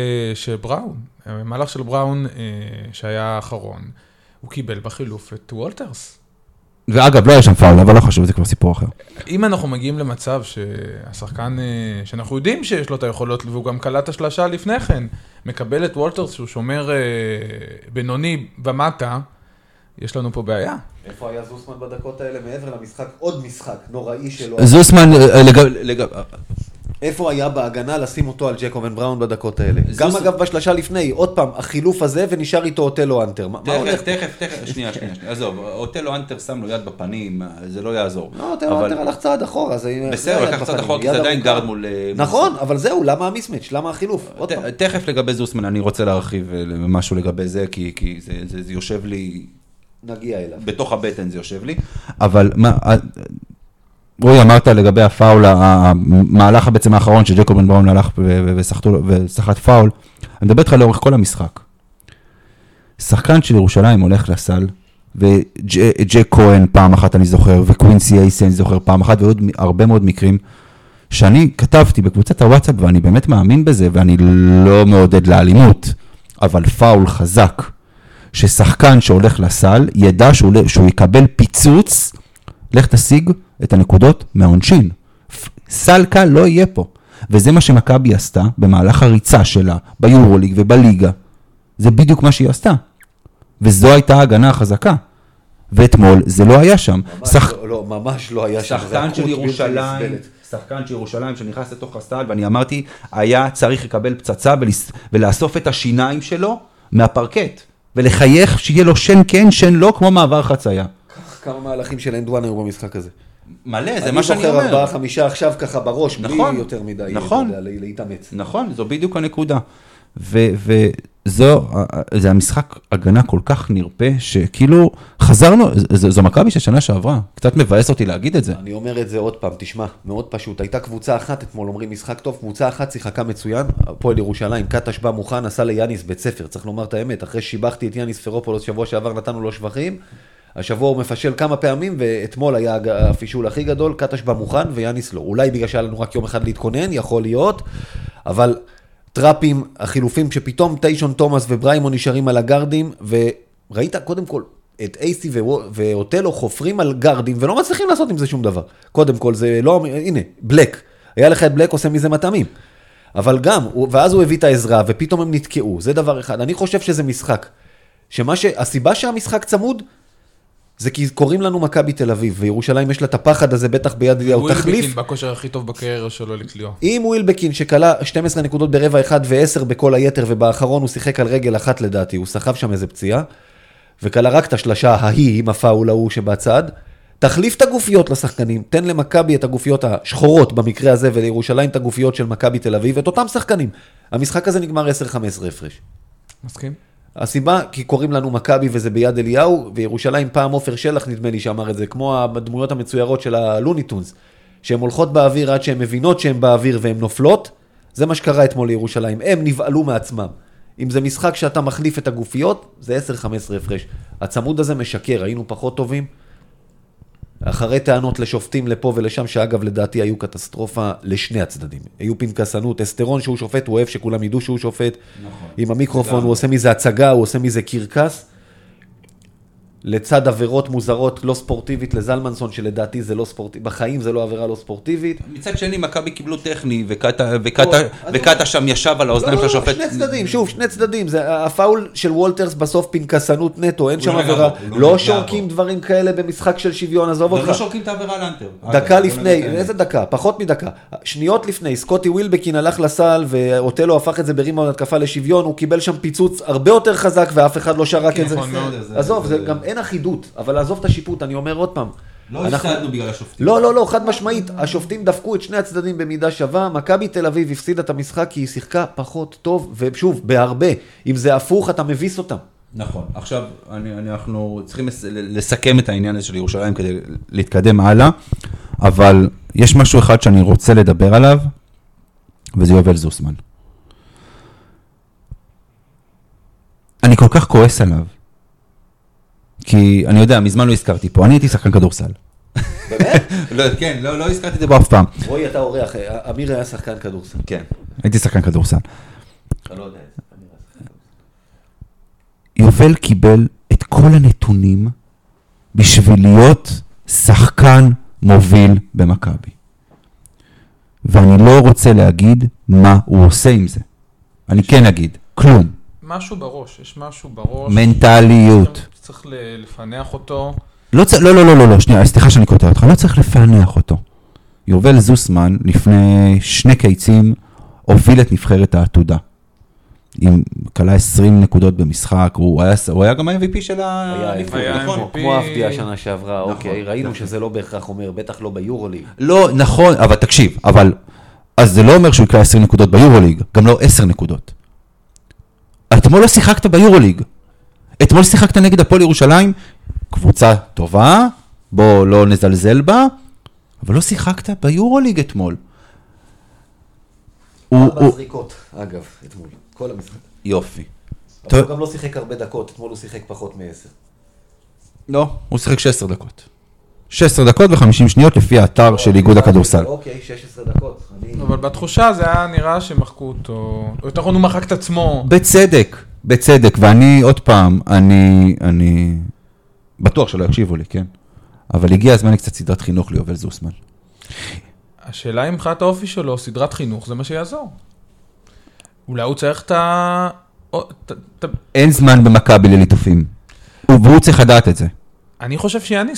של בראון שהיה האחרון, הוא קיבל בחילוף את וולטרס. ואגב, לא היה שם פאול, אבל לא חשוב, זה כבר סיפור אחר. אם אנחנו מגיעים למצב שהשחקן, שאנחנו יודעים שיש לו את היכולות, והוא גם קלט השלשה לפני כן, מקבל את וולטרס שהוא שומר בינוני במטה, יש לנו פה בעיה. איפה היה זוסמן בדקות האלה מעבר למשחק? עוד משחק נוראי שלו. זוסמן, איפה היה בהגנה לשים אותו על ג'קובן בראון בדקות האלה? גם אגב בשלשה לפני, עוד פעם, החילוף הזה ונשאר איתו אוטלו אנטר. תכף, שנייה, עזוב, אוטלו אנטר שם לו יד בפנים, זה לא יעזור. לא, אוטלו אנטר הלך צעד אחורה. בסדר, לקח צעד אחורה, כי זה עדיין גארד מול... נכון, אבל זהו, למה המיסמץ'? למה החילוף? תכף לגבי זוסמן, אני רוצה להרחיב משהו לגבי זה, כי זה יושב לי... נגיע אליו. בתוך הבטן זה יושב לי, אבל מה... רועי, אמרת לגבי הפאול, המהלך בעצם האחרון שג'קובן בראון הלך ושחט פאול, אני מדבר איתך לאורך כל המשחק. שחקן של ירושלים הולך לסל, וג'ק כהן פעם אחת אני זוכר, וקווינסי אייסן זוכר פעם אחת, ועוד הרבה מאוד מקרים, שאני כתבתי בקבוצת הוואטסאפ, ואני באמת מאמין בזה, ואני לא מעודד לאלימות, אבל פאול חזק, ששחקן שהולך לסל, ידע שהוא יקבל פיצוץ, לך תשיג את הנקודות מהעונשין. סל קל לא יהיה פה. וזה מה שמכבי עשתה במהלך הריצה שלה, ביורוליג ובליגה. זה בדיוק מה שהיא עשתה. וזו הייתה ההגנה החזקה. ואתמול זה לא היה שם. ממש לא היה שם. שחקן של ירושלים שנכנס לתוך הסל, ואני אמרתי, היה צריך לקבל פצצה ולאסוף את השיניים שלו מהפרקט. ולחייך שיהיה לו שן כן, שן לא, כמו מעבר חצייה. כמה מהלכים של אנדואן היו במשחק הזה. מלא, זה מה שאני אומר. אני זוכר 4-5 עכשיו ככה בראש, בלי יותר מדי להתאמץ. נכון, זו בדיוק הנקודה. זה המשחק הגנה כל כך נרפה, שכאילו חזרנו, זו מכבי של שנה שעברה, קצת מבאס אותי להגיד את זה. אני אומר את זה עוד פעם, תשמע, מאוד פשוט, הייתה קבוצה אחת, אתמול אומרים משחק טוב, קבוצה אחת שיחקה מצוין, הפועל ירושלים, קטש בא מוכן, עשה ליאניס בית ספר, צריך לומר את האמת, אחרי שיבחתי את יאניס פרופולוס שבוע שעבר, נתנו לו שבחים, השבוע הוא מפשל כמה פעמים, ואתמול היה הפישול הכי גדול, קטש בא מוכן ויאניס לא. אולי בגלל שהיה לנו רק יום אחד להתכונן, יכול להיות, אבל טראפים, החילופים, שפתאום טיישון תומאס ובריימון נשארים על הגרדים, וראית קודם כל את אייסי ואוטלו חופרים על גרדים, ולא מצליחים לעשות עם זה שום דבר. קודם כל זה לא, הנה, בלק. היה לך את בלק עושה מזה מטעמים. אבל גם, ואז הוא הביא את העזרה, ופתאום הם נתקעו. זה דבר אחד. אני חושב שזה משחק. הסיבה שהמשחק צמוד, זה כי קוראים לנו מכבי תל אביב, וירושלים יש לה את הפחד הזה בטח ביד אליהו תחליף. ווילבקין בכושר הכי טוב בקריירה שלו לקליוע. אם ווילבקין שקלה 12 נקודות ברבע אחד ו10 בכל היתר, ובאחרון הוא שיחק על רגל אחת לדעתי, הוא סחב שם איזה פציעה, וקלה רק את השלשה ההיא עם הפאול ההוא שבצד, תחליף את הגופיות לשחקנים, תן למכבי את הגופיות השחורות במקרה הזה, ולירושלים את הגופיות של מכבי תל אביב, את אותם שחקנים. המשחק הזה נגמר 10-15 הפרש. מסכים? הסיבה, כי קוראים לנו מכבי וזה ביד אליהו, וירושלים פעם עופר שלח נדמה לי שאמר את זה, כמו הדמויות המצוירות של הלוניטונס, שהן הולכות באוויר עד שהן מבינות שהן באוויר והן נופלות, זה מה שקרה אתמול לירושלים, הם נבעלו מעצמם. אם זה משחק שאתה מחליף את הגופיות, זה 10-15 הפרש. הצמוד הזה משקר, היינו פחות טובים, אחרי טענות לשופטים לפה ולשם, שאגב לדעתי היו קטסטרופה לשני הצדדים. היו פנקסנות, אסטרון שהוא שופט, הוא אוהב שכולם ידעו שהוא שופט. נכון. עם המיקרופון הוא עושה מזה הצגה, הוא עושה מזה קרקס. לצד עבירות מוזרות לא ספורטיבית לזלמנסון, שלדעתי זה לא ספורטיבית, בחיים זה לא עבירה לא ספורטיבית. מצד שני, מכבי קיבלו טכני, וקטה שם ישב על האוזניים של השופט. שני צדדים, שוב, שני צדדים. הפאול של וולטרס בסוף פנקסנות נטו, אין שם עבירה. לא שורקים דברים כאלה במשחק של שוויון, עזוב אותך. לא שורקים את העבירה לאנטר. דקה לפני, איזה דקה? פחות מדקה. שניות לפני, סקוטי ווילבקין הלך לסל, ואוטלו הפך את זה ברימה התקפה לשוויון, הוא קיבל שם פיצוץ הרבה יותר חזק, ואף אחד לא שרק את זה. עזוב, זה גם אין אחידות, אבל לעזוב את השיפוט, אני אומר עוד פעם. לא הפסדנו בגלל השופטים. לא, חד משמעית, השופטים דפקו את שני הצדדים במידה שווה, מכבי תל אביב הפסידה את המשחק כי היא שיחקה פחות טוב, ושוב, בהרבה, אם זה הפוך אתה מביס אותם. נכון, עכשיו אנחנו צריכים לסכם את העניין הזה של ירושלים כדי להתקדם הלאה, אבל יש משהו אחד שאני רוצה לדבר עליו, וזה יובל זוסמן. אני כל כך כועס עליו, כי אני יודע, מזמן לא הזכרתי פה, אני הייתי שחקן כדורסל. באמת? כן, לא הזכרתי את זה באף פעם. רועי, אתה אורח, אמיר היה שחקן כדורסל. כן, הייתי שחקן כדורסל. אתה לא יודע את זה, אמיר היה שחקן כדורסל. יובל קיבל את כל הנתונים בשביל להיות שחקן מוביל במכבי. ואני לא רוצה להגיד מה הוא עושה עם זה. אני כן אגיד, כלום. משהו בראש, יש משהו בראש. מנטליות. צריך לפענח אותו. לא, שנייה, סליחה שאני קוטע אותך, לא צריך לפענח אותו. יובל זוסמן, לפני 2 קיצים, הוביל את נבחרת העתודה. עם קלה 20 נקודות במשחק, הוא היה גם ה-MVP של האליפות, נכון? כמו אבדיה השנה שעברה, אוקיי, ראינו שזה לא בהכרח אומר, בטח לא ביורוליג. לא, נכון, אבל תקשיב, אז זה לא אומר שהוא יקלה 20 נקודות ביורוליג, גם לא 10 נקודות. אתמול לא שיחקת ביורוליג. אתמול שיחקת נגד הפועל ירושלים, קבוצה טובה, בוא לא נזלזל בה, אבל לא שיחקת ביורוליג אתמול. 4 זריקות, אגב, אתמול, כל המשחק. יופי. אבל הוא גם לא שיחק הרבה דקות, אתמול הוא שיחק פחות מ-10. לא, הוא שיחק 16 דקות. 16 דקות ו50 שניות לפי האתר של איגוד הכדורסל. אוקיי, 16 דקות. אבל בתחושה זה היה נראה שמחקו אותו, או יותר נכון הוא מחק את עצמו. בצדק, ואני עוד פעם, אני בטוח שלא יקשיבו לי, כן? אבל הגיע הזמן קצת סדרת חינוך ליובל זוסמן. השאלה אם מבחינת האופי שלו, סדרת חינוך, זה מה שיעזור. אולי הוא צריך את ה... אין זמן במכבי לליטופים, והוא צריך לדעת את זה. אני חושב שיאניס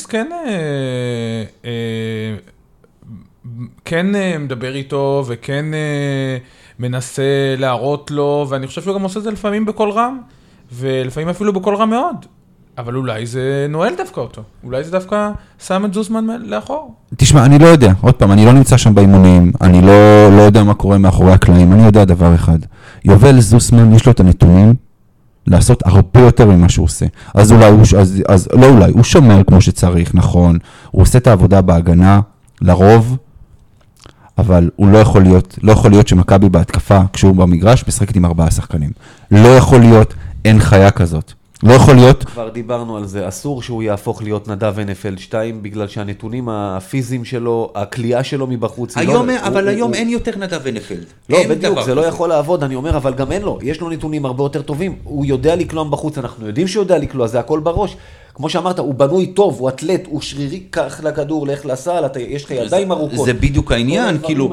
כן מדבר איתו, וכן מנסה להראות לו, ואני חושב שהוא גם עושה את זה לפעמים בכל רם, ולפעמים אפילו בכל רם מאוד. אבל אולי זה נועל דווקא אותו. אולי זה דווקא שם את זוסמן לאחור. תשמע, אני לא יודע. עוד פעם, אני לא נמצא שם באימונים, אני לא יודע מה קורה מאחורי הקלעים, אני יודע דבר אחד. יובל זוסמן, יש לו את הנתונים לעשות הרבה יותר ממה שהוא עושה. אז אולי, הוא שומר כמו שצריך, נכון. הוא עושה את העבודה בהגנה, לרוב, אבל הוא לא יכול להיות שמכבי בהתקפה, כשהוא במגרש, משחקת עם 4 שחקנים. לא יכול להיות, אין חיה כזאת. לא יכול להיות. כבר דיברנו על זה, אסור שהוא יהפוך להיות נדב NFL 2, בגלל שהנתונים הפיזיים שלו, הקליעה שלו מבחוץ. אבל היום אין יותר נדב NFL. לא, בדיוק, זה לא יכול לעבוד, אני אומר, אבל גם אין לו. יש לו נתונים הרבה יותר טובים. הוא יודע לקלוע בחוץ, אנחנו יודעים שהוא יודע לקלוע, זה הכל בראש. כמו שאמרת, הוא בנוי טוב, הוא אתלט, הוא שרירי, קח לכדור, לך לסל, יש לך ידיים ארוכות. זה בדיוק העניין, כאילו,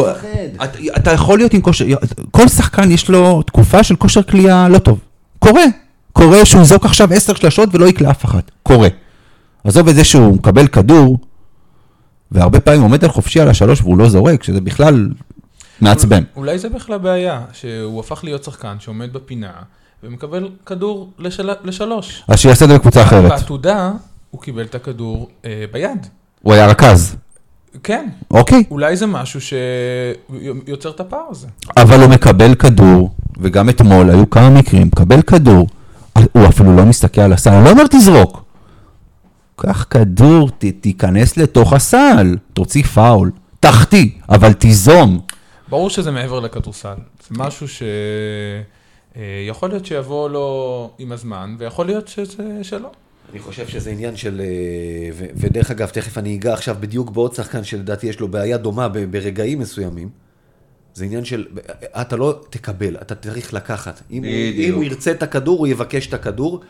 אתה יכול להיות עם כושר, כל שחקן יש לו תקופה של כושר קליעה לא טוב. קורה שהוא זוק עכשיו 10 שלשות ולא יקלה אף אחת. קורה. עזוב את זה שהוא מקבל כדור, והרבה פעמים עומד על חופשי על 3 והוא לא זורק, שזה בכלל מעצבן. אולי זה בכלל בעיה, שהוא הפך להיות שחקן שעומד בפינה, ומקבל כדור ל3. אז שיעשה את זה בקבוצה אחרת. בעתודה, הוא קיבל את הכדור ביד. הוא היה רכז. כן. אוקיי. אולי זה משהו שיוצר את הפער הזה. אבל הוא מקבל כדור, וגם אתמול היו כמה מקרים, מקבל כדור, הוא אפילו לא מסתכל על הסל, אני לא אומר תזרוק. קח כדור, תיכנס לתוך הסל, תוציא פאול, תחתי, אבל תיזום. ברור שזה מעבר לכדורסל. זה משהו שיכול להיות שיבוא לו עם הזמן, ויכול להיות שזה שלו. אני חושב שזה עניין של, ודרך אגב, תכף אני אגע עכשיו בדיוק בעוד שחקן שלדעתי יש לו בעיה דומה ברגעים מסוימים. זה עניין של, אתה לא תקבל, אתה צריך לקחת. אם הוא ירצה את הכדור, הוא יבקש את הכדור.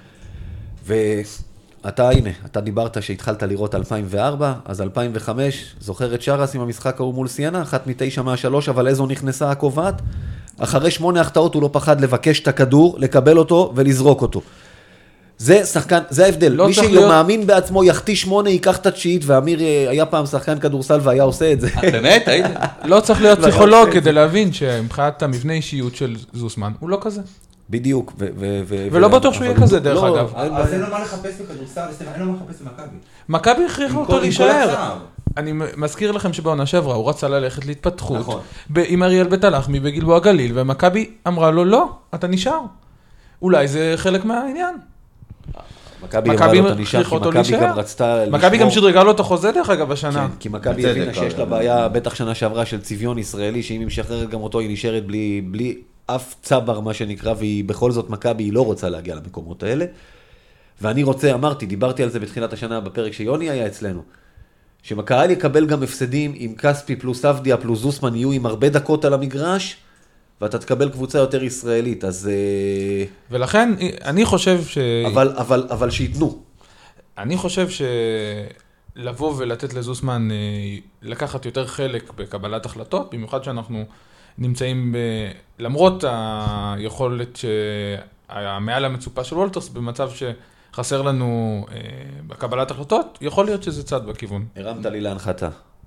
ואתה, הנה, אתה דיברת שהתחלת לראות 2004, אז 2005, זוכר את שרס עם המשחק ההוא מול סיינה, 1 מ-9 מה-3, אבל איזו נכנסה הקובעת? אחרי 8 החטאות הוא לא פחד לבקש את הכדור, לקבל אותו ולזרוק אותו. זה שחקן, זה ההבדל. מי שלא מאמין בעצמו יחטיא 8, ייקח את התשיעית, ואמיר היה פעם שחקן כדורסל והיה עושה את זה. באמת? לא צריך להיות פסיכולוג כדי להבין שמבחינת המבנה אישיות של זוסמן, הוא לא כזה. בדיוק. ולא בטוח שהוא יהיה כזה דרך אגב. אז אין לו מה לחפש בכדורסל, אין לו מה לחפש במכבי. מכבי הכריחו אותו להישאר. אני מזכיר לכם שבעונה שעברה הוא רצה ללכת להתפתחות עם אריאל בית הלחמי בגלבוע גליל, ומכבי אמרה לו לא, אתה נשאר. אולי זה חלק מהעניין. מכבי הכריחו אותו להישאר. מכבי גם שדרגה לו את החוזה דרך אגב השנה. כי מכבי הבינה שיש לה בעיה, בטח שנה שעברה של צביון ישראלי, שאם היא משחררת גם אותו היא נשארת בלי אף צבר מה שנקרא, והיא בכל זאת מכבי היא לא רוצה להגיע למקומות האלה. ואני רוצה, דיברתי על זה בתחילת השנה בפרק שיוני היה אצלנו, שמכבי יקבל גם הפסדים עם כספי פלוס אבדיה פלוס זוסמן יהיו עם הרבה דקות על המגרש, ואתה תקבל קבוצה יותר ישראלית, אז... ולכן, אני חושב ש... אבל שיתנו. אני חושב שלבוא ולתת לזוסמן לקחת יותר חלק בקבלת החלטות, במיוחד שאנחנו נמצאים למרות היכולת מעל המצופה של וולטרס, במצב שחסר לנו בקבלת החלטות, יכול להיות שזה צעד בכיוון. הרמת לי להנחתה.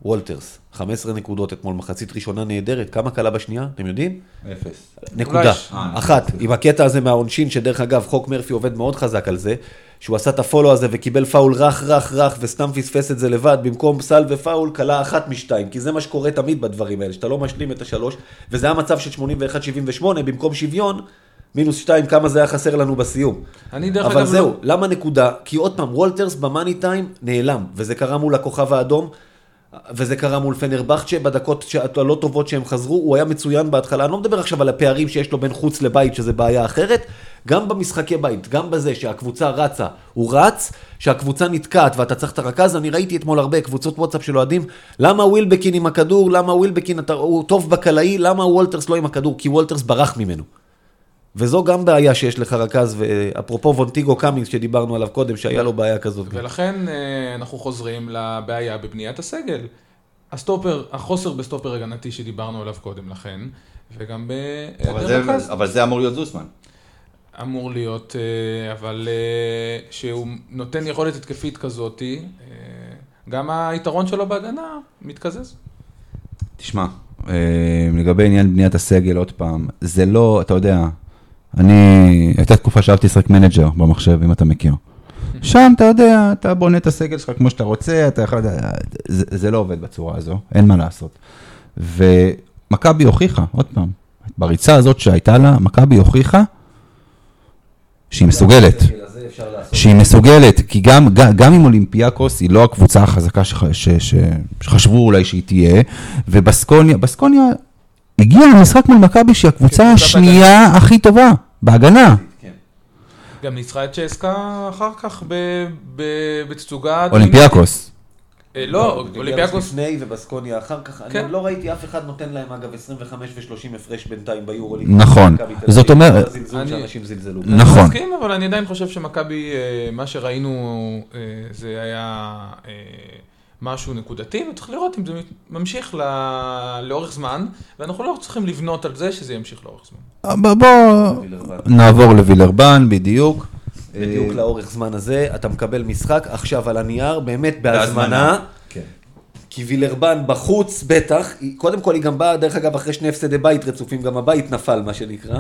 וולטרס, 15 נקודות אתמול, מחצית ראשונה נהדרת, כמה קלה בשנייה, אתם יודעים? 0. נקודה, אחת, עם הקטע הזה מהעונשין, שדרך אגב, חוק מרפי עובד מאוד חזק על זה, שהוא עשה את הפולו הזה וקיבל פאול רך, וסתם פספס את זה לבד, במקום סל ופאול, קלה 1 מ-2, כי זה מה שקורה תמיד בדברים האלה, שאתה לא משלים את ה3, וזה המצב של 81-78, במקום שוויון, מינוס 2, כמה זה היה חסר לנו בסיום. אבל זהו, למה נקודה? כי עוד פעם, וולטרס במאני טיים נעלם, וזה קרה מול הכוכב האדום, וזה קרה מול פנרבחצ'ה, בדקות הלא טובות שהם חזרו, הוא היה מצוין בהתחלה, אני לא מדבר עכשיו על הפערים שיש לו בין חוץ לבית, שזה בעיה אחרת, גם במשחקי בית, גם בזה שהקבוצה רצה, הוא רץ, שהקבוצה נתקעת ואתה צריך את הרכז, אני ראיתי אתמול הרבה קבוצות וואטסאפ של אוהדים, למה ווילבקין עם הכדור, למה ווילבקין הוא טוב בקלעי, למה וולטרס לא עם הכדור, כי וולטרס ברח ממנו. וזו גם בעיה שיש לך רכז, ואפרופו וונטיגו קאמינגס שדיברנו עליו קודם, שהיה לו בעיה כזאת. ולכן אנחנו חוזרים לבעיה בבניית הסגל. החוסר בסטופר הגנתי שדיברנו עליו קודם לכן, וגם ברכז. אבל זה אמור להיות זוסמן. אמור להיות, אבל שהוא נותן יכולת התקפית כזאת, גם היתרון שלו בהגנה מתקזז. תשמע, לגבי עניין בניית הסגל עוד פעם, זה לא, אתה יודע, הייתה תקופה שאהבתי לשחק מנג'ר במחשב, אם אתה מכיר. שם אתה יודע, אתה בונה את הסגל שלך כמו שאתה רוצה, זה לא עובד בצורה הזו, אין מה לעשות. ומכבי הוכיחה, עוד פעם, בריצה הזאת שהייתה לה, מכבי הוכיחה שהיא מסוגלת. שהיא מסוגלת, כי גם עם אולימפיאקוס היא לא הקבוצה החזקה שחשבו אולי שהיא תהיה, ובסקוניה הגיעה למשחק מול מכבי שהיא הקבוצה השנייה הכי טובה, בהגנה. גם ניצחה את צ'סקה אחר כך בתצוגה... אולימפיאקוס. לא, אולימפיאקוס לפני ובסקוניה אחר כך, אני לא ראיתי אף אחד נותן להם אגב 25 ו-30 הפרש בינתיים ביורוליג. נכון, זאת אומרת... זלזול שאנשים זלזלו. נכון. אני מסכים, אבל אני עדיין חושב שמכבי, מה שראינו זה היה משהו נקודתי, וצריך לראות אם זה ממשיך לאורך זמן, ואנחנו לא צריכים לבנות על זה שזה ימשיך לאורך זמן. בוא נעבור לווילרבן בדיוק. בדיוק לאורך זמן הזה, אתה מקבל משחק עכשיו על הנייר, באמת בהזמנה, כי וילרבן בחוץ בטח, קודם כל היא גם באה, דרך אגב אחרי 2 הפסדי בית רצופים, גם הבית נפל מה שנקרא,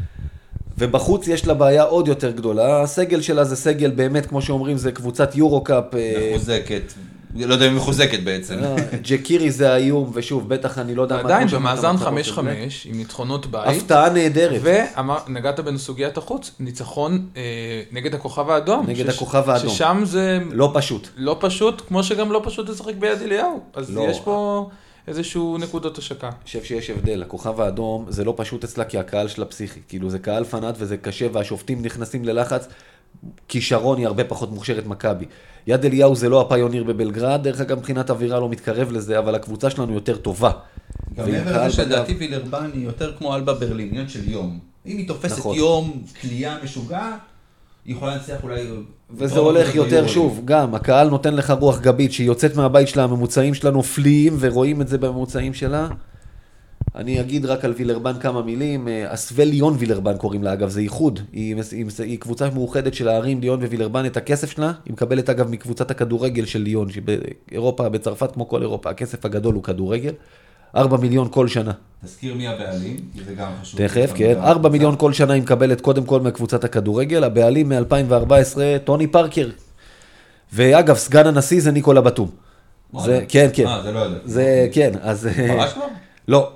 ובחוץ יש לה בעיה עוד יותר גדולה, הסגל שלה זה סגל באמת, כמו שאומרים, זה קבוצת יורו-קאפ. מחוזקת, לא יודע אם מחוזקת בעצם. ג'קירי זה האיום, ושוב, בטח אני לא יודע מה... עדיין במאזן 5-5, עם ניצחונות בית. הפתעה נהדרת. ונגעת בסוגיית החוץ, ניצחון נגד הכוכב האדום. נגד הכוכב האדום. ששם זה... לא פשוט. לא פשוט, כמו שגם לא פשוט לשחק ביד אליהו. אז יש פה איזשהו נקודות השקה. אני חושב שיש הבדל. הכוכב האדום זה לא פשוט אצלה, כי הקהל שלה פסיכי. כאילו זה קהל פנאט וזה קשה, והשופטים נכנסים ללחץ. כישרון היא הרבה פחות מוכשרת מכבי. יד אליהו זה לא הפיוניר בבלגרד, דרך אגב מבחינת אווירה לא מתקרב לזה, אבל הקבוצה שלנו יותר טובה. גם מעבר לזה שדעתי וילרבן היא יותר כמו אלבה ברלין, עניין של יום. אם היא תופסת יום קליעה משוגע, היא יכולה להצליח אולי... וזה הולך יותר שוב, גם הקהל נותן לך רוח גבית, שהיא יוצאת מהבית שלה, הממוצעים שלנו פליים, ורואים את זה בממוצעים שלה. אני אגיד רק על וילרבן כמה מילים, אסווה ליון וילרבן קוראים לה, אגב, זה ייחוד, היא קבוצה מאוחדת של הערים ליון ווילרבן, את הכסף שלה, היא מקבלת אגב מקבוצת הכדורגל של ליון, שבאירופה, בצרפת כמו כל אירופה, הכסף הגדול הוא כדורגל, 4 מיליון כל שנה. תזכיר מי הבעלים, זה גם חשוב. תכף, כן, 4 מיליון כל שנה היא מקבלת קודם כל מקבוצת הכדורגל, הבעלים מ-2014, טוני פארקר, ואגב, סגן הנשיא זה ניקולה בטום. זה, כן, כן. זה לא יודע. זה, כן, אז... פרש לו? לא.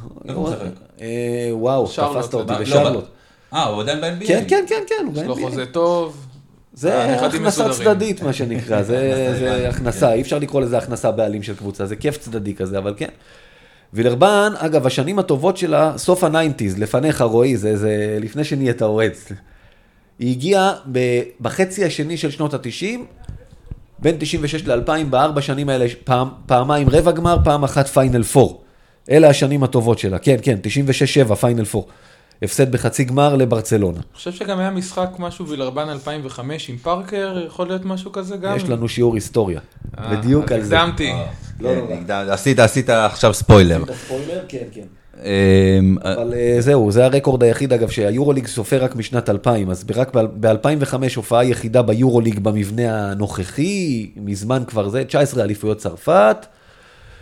וואו, תפסת אותי בשרלוט. הוא עדיין ב-NBA? כן, כן, כן, כן. יש לו חוזה טוב. זה הכנסה צדדית, מה שנקרא. זה הכנסה, אי אפשר לקרוא לזה הכנסה בעלים של קבוצה. זה כיף צדדי כזה, אבל כן. וילרבן, אגב, השנים הטובות שלה, סוף ה-90s, לפניך רואי, זה לפני שנהיית אוהד. היא הגיעה בחצי השני של שנות ה-90, בין 96 ל-2000, ב4 שנים האלה, פעמיים רבע גמר, פעם אחת פיינל 4. אלה השנים הטובות שלה, כן, כן, 96-7, פיינל 4. הפסד בחצי גמר לברצלונה. אני חושב שגם היה משחק משהו וילרבן 2005 עם פארקר, יכול להיות משהו כזה גם? יש לנו שיעור היסטוריה, בדיוק על זה. הקדמתי. עשית עכשיו ספוילר. עשית ספוילר, כן, כן. אבל זהו, זה הרקורד היחיד אגב שהיורוליג סופר רק משנת 2000, אז רק ב-2005 הופעה יחידה ביורוליג במבנה הנוכחי, מזמן כבר זה, 19 אליפויות צרפת,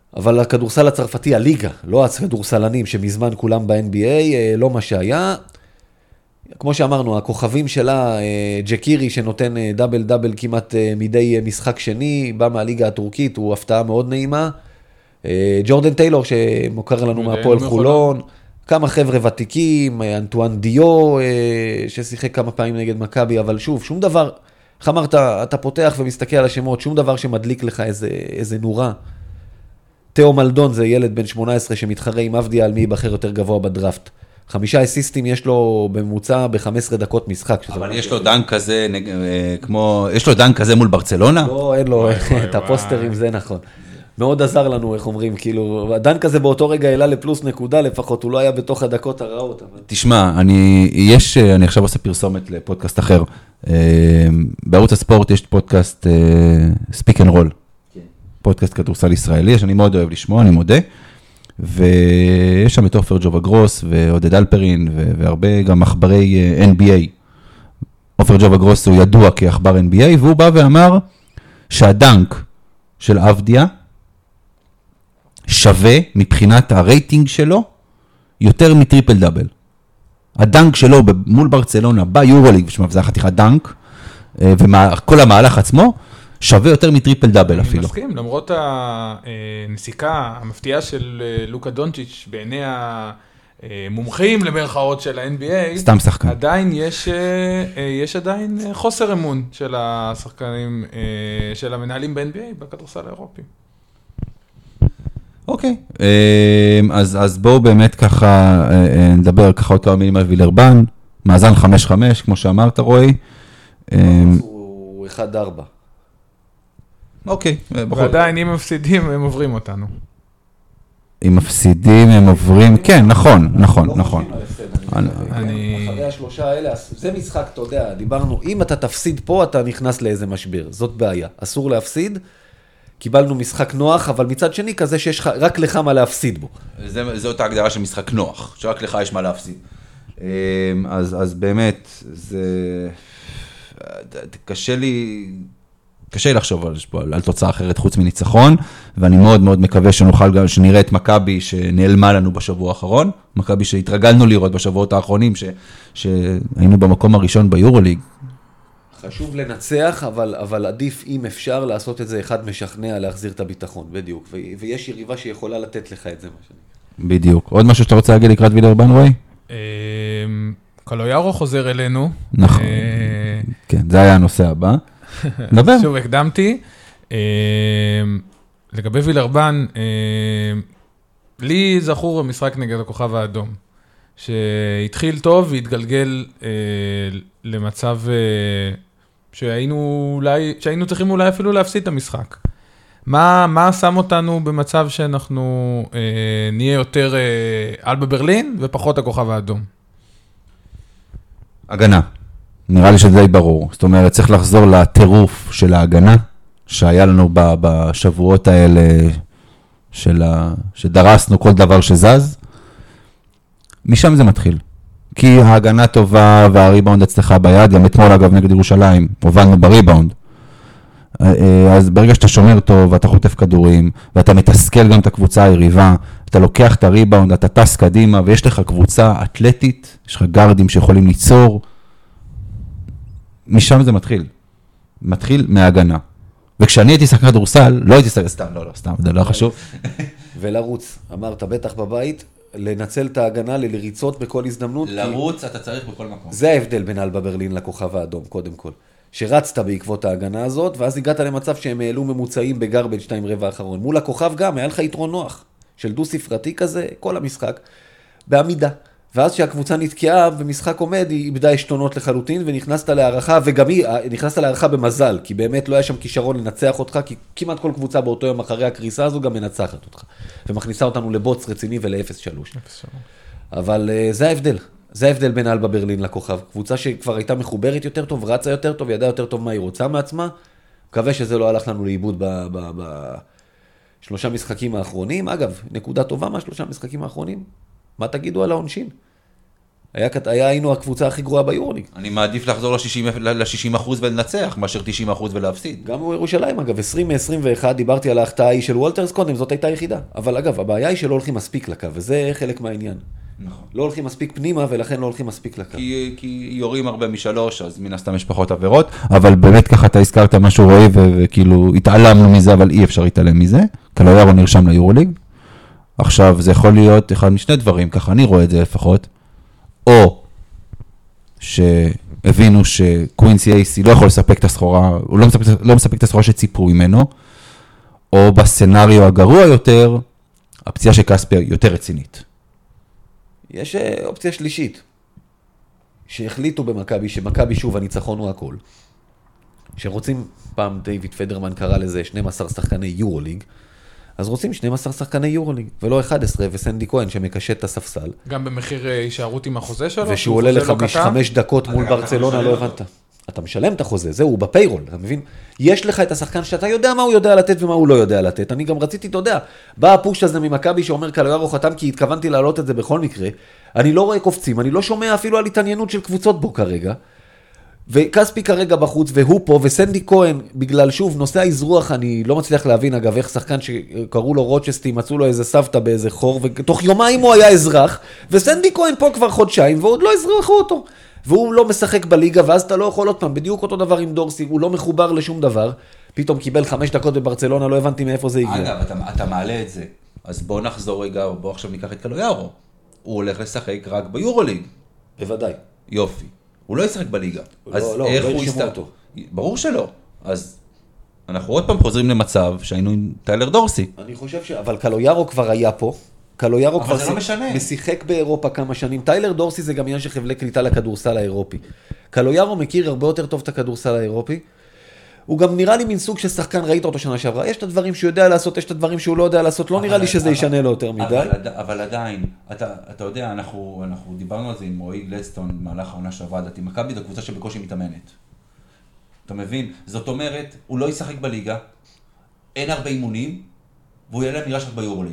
אבל הכדורסל הצרפתי, הליגה, לא הכדורסלנים שמזמן כולם ב-NBA, לא מה שהיה. כמו שאמרנו, הכוכבים שלה, ג'קירי שנותן דאבל כמעט מדי משחק שני, בא מהליגה הטורקית, הוא הפתעה מאוד נעימה. ג'ורדן טיילור שמוכר לנו מהפועל חולון, כמה חבר'ה ותיקים, אנטואן דיו ששיחק כמה פעמים נגד מכבי, אבל שוב, שום דבר, איך אמרת, אתה פותח ומסתכל על השמות, שום דבר שמדליק לך איזה נורה. תאו מלדון זה ילד בן 18 שמתחרה עם אבדיה על מי ייבחר יותר גבוה בדראפט. 5 אסיסטים יש לו בממוצע ב-15 דקות משחק. אבל יש לו דנק כזה, יש לו דנק כזה מול ברצלונה? לא, אין לו את הפוסטרים, זה נכון. מאוד עזר לנו, איך אומרים, כאילו, הדנק הזה באותו רגע העלה לפלוס נקודה לפחות, הוא לא היה בתוך הדקות הרעות. תשמע, אני עכשיו עושה פרסומת לפודקאסט אחר. בערוץ הספורט יש פודקאסט ספיק אנד רול. פודקאסט כדורסל ישראלי, שאני מאוד אוהב לשמוע, אני מודה. ויש שם את עופר ג'ובה גרוס ועודד אלפרין והרבה גם מחברי NBA. עופר ג'ובה גרוס הוא ידוע כאחבר NBA, והוא בא ואמר שהדנק של אבדיה שווה מבחינת הרייטינג שלו יותר מטריפל דאבל. הדנק שלו מול ברצלונה ביורוליג, שזה חתיכת דנק, וכל המהלך עצמו, שווה יותר מטריפל דאבל אפילו. אני מסכים, למרות הנסיקה המפתיעה של לוקה דונצ'יץ' בעיני המומחים למרכאות של ה-NBA, סתם שחקן. עדיין יש עדיין חוסר אמון של השחקנים, של המנהלים ב-NBA, בכדורסל האירופי. אוקיי, אז בואו באמת ככה נדבר ככה עוד כמה מילים על וילרבן, מאזן 5-5, כמו שאמרת רועי. הוא 1-4. אוקיי. ועדיין אם מפסידים הם עוברים אותנו. אם מפסידים הם עוברים, כן, נכון. אחרי השלושה האלה, זה משחק, אתה יודע, דיברנו, אם אתה תפסיד פה, אתה נכנס לאיזה משבר, זאת בעיה. אסור להפסיד, קיבלנו משחק נוח, אבל מצד שני כזה שיש רק לך מה להפסיד בו. זאת ההגדרה של משחק נוח, שרק לך יש מה להפסיד. אז באמת, זה קשה לי לחשוב על תוצאה אחרת חוץ מניצחון, ואני מאוד מאוד מקווה שנוכל גם שנראה את מכבי שנעלמה לנו בשבוע האחרון, מכבי שהתרגלנו לראות בשבועות האחרונים, שהיינו במקום הראשון ביורוליג. חשוב לנצח, אבל עדיף אם אפשר לעשות את זה אחד משכנע להחזיר את הביטחון, בדיוק, ויש יריבה שיכולה לתת לך את זה. בדיוק. עוד משהו שאתה רוצה להגיד לקראת וילרבן, רועי? קלויארו חוזר אלינו. נכון, כן, זה היה הנושא הבא. נדבר. שוב, הקדמתי. לגבי וילרבן, לי זכור המשחק נגד הכוכב האדום, שהתחיל טוב והתגלגל למצב שהיינו צריכים אולי אפילו להפסיד את המשחק. מה שם אותנו במצב שאנחנו נהיה יותר אלבה ברלין ופחות הכוכב האדום? הגנה. נראה לי שזה די ברור. זאת אומרת, צריך לחזור לטירוף של ההגנה, שהיה לנו בשבועות האלה, שדרסנו כל דבר שזז. משם זה מתחיל. כי ההגנה טובה והריבאונד אצלך ביד, גם אתמול אגב נגד ירושלים, הובלנו בריבאונד. אז ברגע שאתה שומר טוב, ואתה חוטף כדורים, ואתה מתסכל גם את הקבוצה היריבה, אתה לוקח את הריבאונד, אתה טס קדימה, ויש לך קבוצה אתלטית, יש לך גרדים שיכולים ליצור, משם זה מתחיל מההגנה. וכשאני הייתי שחקן כדורסל, לא הייתי שחקן, סתם, זה לא חשוב. ולרוץ, אמרת, בטח בבית, לנצל את ההגנה לריצות בכל הזדמנות. לרוץ אתה צריך בכל מקום. זה ההבדל בין אלבה ברלין לכוכב האדום, קודם כל. שרצת בעקבות ההגנה הזאת, ואז הגעת למצב שהם העלו ממוצעים בגרבג' 2 רבע האחרון. מול הכוכב גם, היה לך יתרון נוח, של דו ספרתי כזה, כל המשחק, בעמידה. ואז שהקבוצה נתקעה במשחק עומד, היא איבדה השתונות לחלוטין, ונכנסת להערכה, וגם היא נכנסת להערכה במזל, כי באמת לא היה שם כישרון לנצח אותך, כי כמעט כל קבוצה באותו יום אחרי הקריסה הזו גם מנצחת אותך, ומכניסה אותנו לבוץ רציני ול-0-3. אבל זה ההבדל. זה ההבדל בין אלבה ברלין לכוכב. קבוצה שכבר הייתה מחוברת יותר טוב, רצה יותר טוב, ידעה יותר טוב מה היא רוצה מעצמה. מקווה שזה לא הלך לנו לאיבוד בשלושה משחקים האחרונים. אגב, נקודה טובה מהשלושה משחקים האחרונים. מה תגידו על העונשין? היינו הקבוצה הכי גרועה ביורוליג. אני מעדיף לחזור ל-60% ולנצח, מאשר 90% ולהפסיד. גם בירושלים, אגב, 20-21, דיברתי על ההחטאה היא של וולטרס קודם, זאת הייתה יחידה. אבל אגב, הבעיה היא שלא הולכים מספיק לקו, וזה חלק מהעניין. נכון. לא הולכים מספיק פנימה, ולכן לא הולכים מספיק לקו. כי יורים הרבה משלוש, אז מן הסתם יש פחות עבירות, אבל באמת ככה אתה הזכרת משהו רואי, וכאילו התעלמנו מזה, אבל אי אפשר להתעלם מזה. קלויארו נרשם ליורוליג. עכשיו, זה יכול להיות אחד משני דברים, ככה אני רואה את זה לפחות. או שהבינו שקווינסי אייסי לא יכול לספק את הסחורה, הוא לא מספק את הסחורה שציפו ממנו, או בסצנריו הגרוע יותר, הפציעה של קספר יותר רצינית. יש אופציה שלישית, שהחליטו במכבי, שמכבי שוב הניצחון הוא הכל. שרוצים, פעם דיוויד פדרמן קרא לזה 12 שחקני יורוליג, אז רוצים 12 שחקני יורוליג, ולא 11, וסנדי כהן שמקשט את הספסל. גם במחיר הישארות עם החוזה שלו? ושהוא עולה לך 5 דקות מול ברצלונה, לא הבנת. אתה משלם את החוזה, זהו, הוא בפיירול, אתה מבין? יש לך את השחקן שאתה יודע מה הוא יודע לתת ומה הוא לא יודע לתת. אני גם רציתי, אתה יודע, בא הפוש הזה ממכבי שאומר קלויארו חתם, כי התכוונתי להעלות את זה בכל מקרה. אני לא רואה קופצים, אני לא שומע אפילו על התעניינות של קבוצות בו כרגע. וקספי כרגע בחוץ, והוא פה, וסנדי כהן, בגלל שוב, נושא האזרוח, אני לא מצליח להבין, אגב, איך שחקן שקראו לו רוצ'סטי, מצאו לו איזה סבתא באיזה חור, ותוך יומיים הוא היה אזרח, וסנדי כהן פה כבר חודשיים, ועוד לא אזרחו אותו. והוא לא משחק בליגה, ואז אתה לא יכול עוד פעם, בדיוק אותו דבר עם דורסי, הוא לא מחובר לשום דבר, פתאום קיבל 5 דקות בברצלונה, לא הבנתי מאיפה זה הגיע. אגב, אתה מעלה את זה, אז בוא נחזור רגע, בוא עכשיו ניקח את קלויארו. הוא הולך לשחק רק ביורוליג. בוודאי. יופי. הוא לא ישחק בליגה. אז לא, איך לא הוא ירשמו יסתכל? אותו. ברור שלא. אז אנחנו עוד פעם חוזרים למצב שהיינו עם טיילר דורסי. אני חושב אבל קלויארו כבר היה פה. קלויארו כבר זה לא משנה. משיחק באירופה כמה שנים. טיילר דורסי זה גם עניין של חבלי קליטה לכדורסל האירופי. קלויארו מכיר הרבה יותר טוב את הכדורסל האירופי. הוא גם נראה לי מין סוג של שחקן, ראית אותו שנה שעברה. יש את הדברים שהוא יודע לעשות, יש את הדברים שהוא לא יודע לעשות. לא נראה לי שזה ישנה לו יותר מדי. אבל עדיין, אתה יודע, אנחנו דיברנו על זה עם רועי גלדסטון במהלך העונה שעבדתי. מכבי זו קבוצה שבקושי מתאמנת. אתה מבין? זאת אומרת, הוא לא ישחק בליגה, אין הרבה אימונים, והוא יעלה למגרש רק ביורוליג.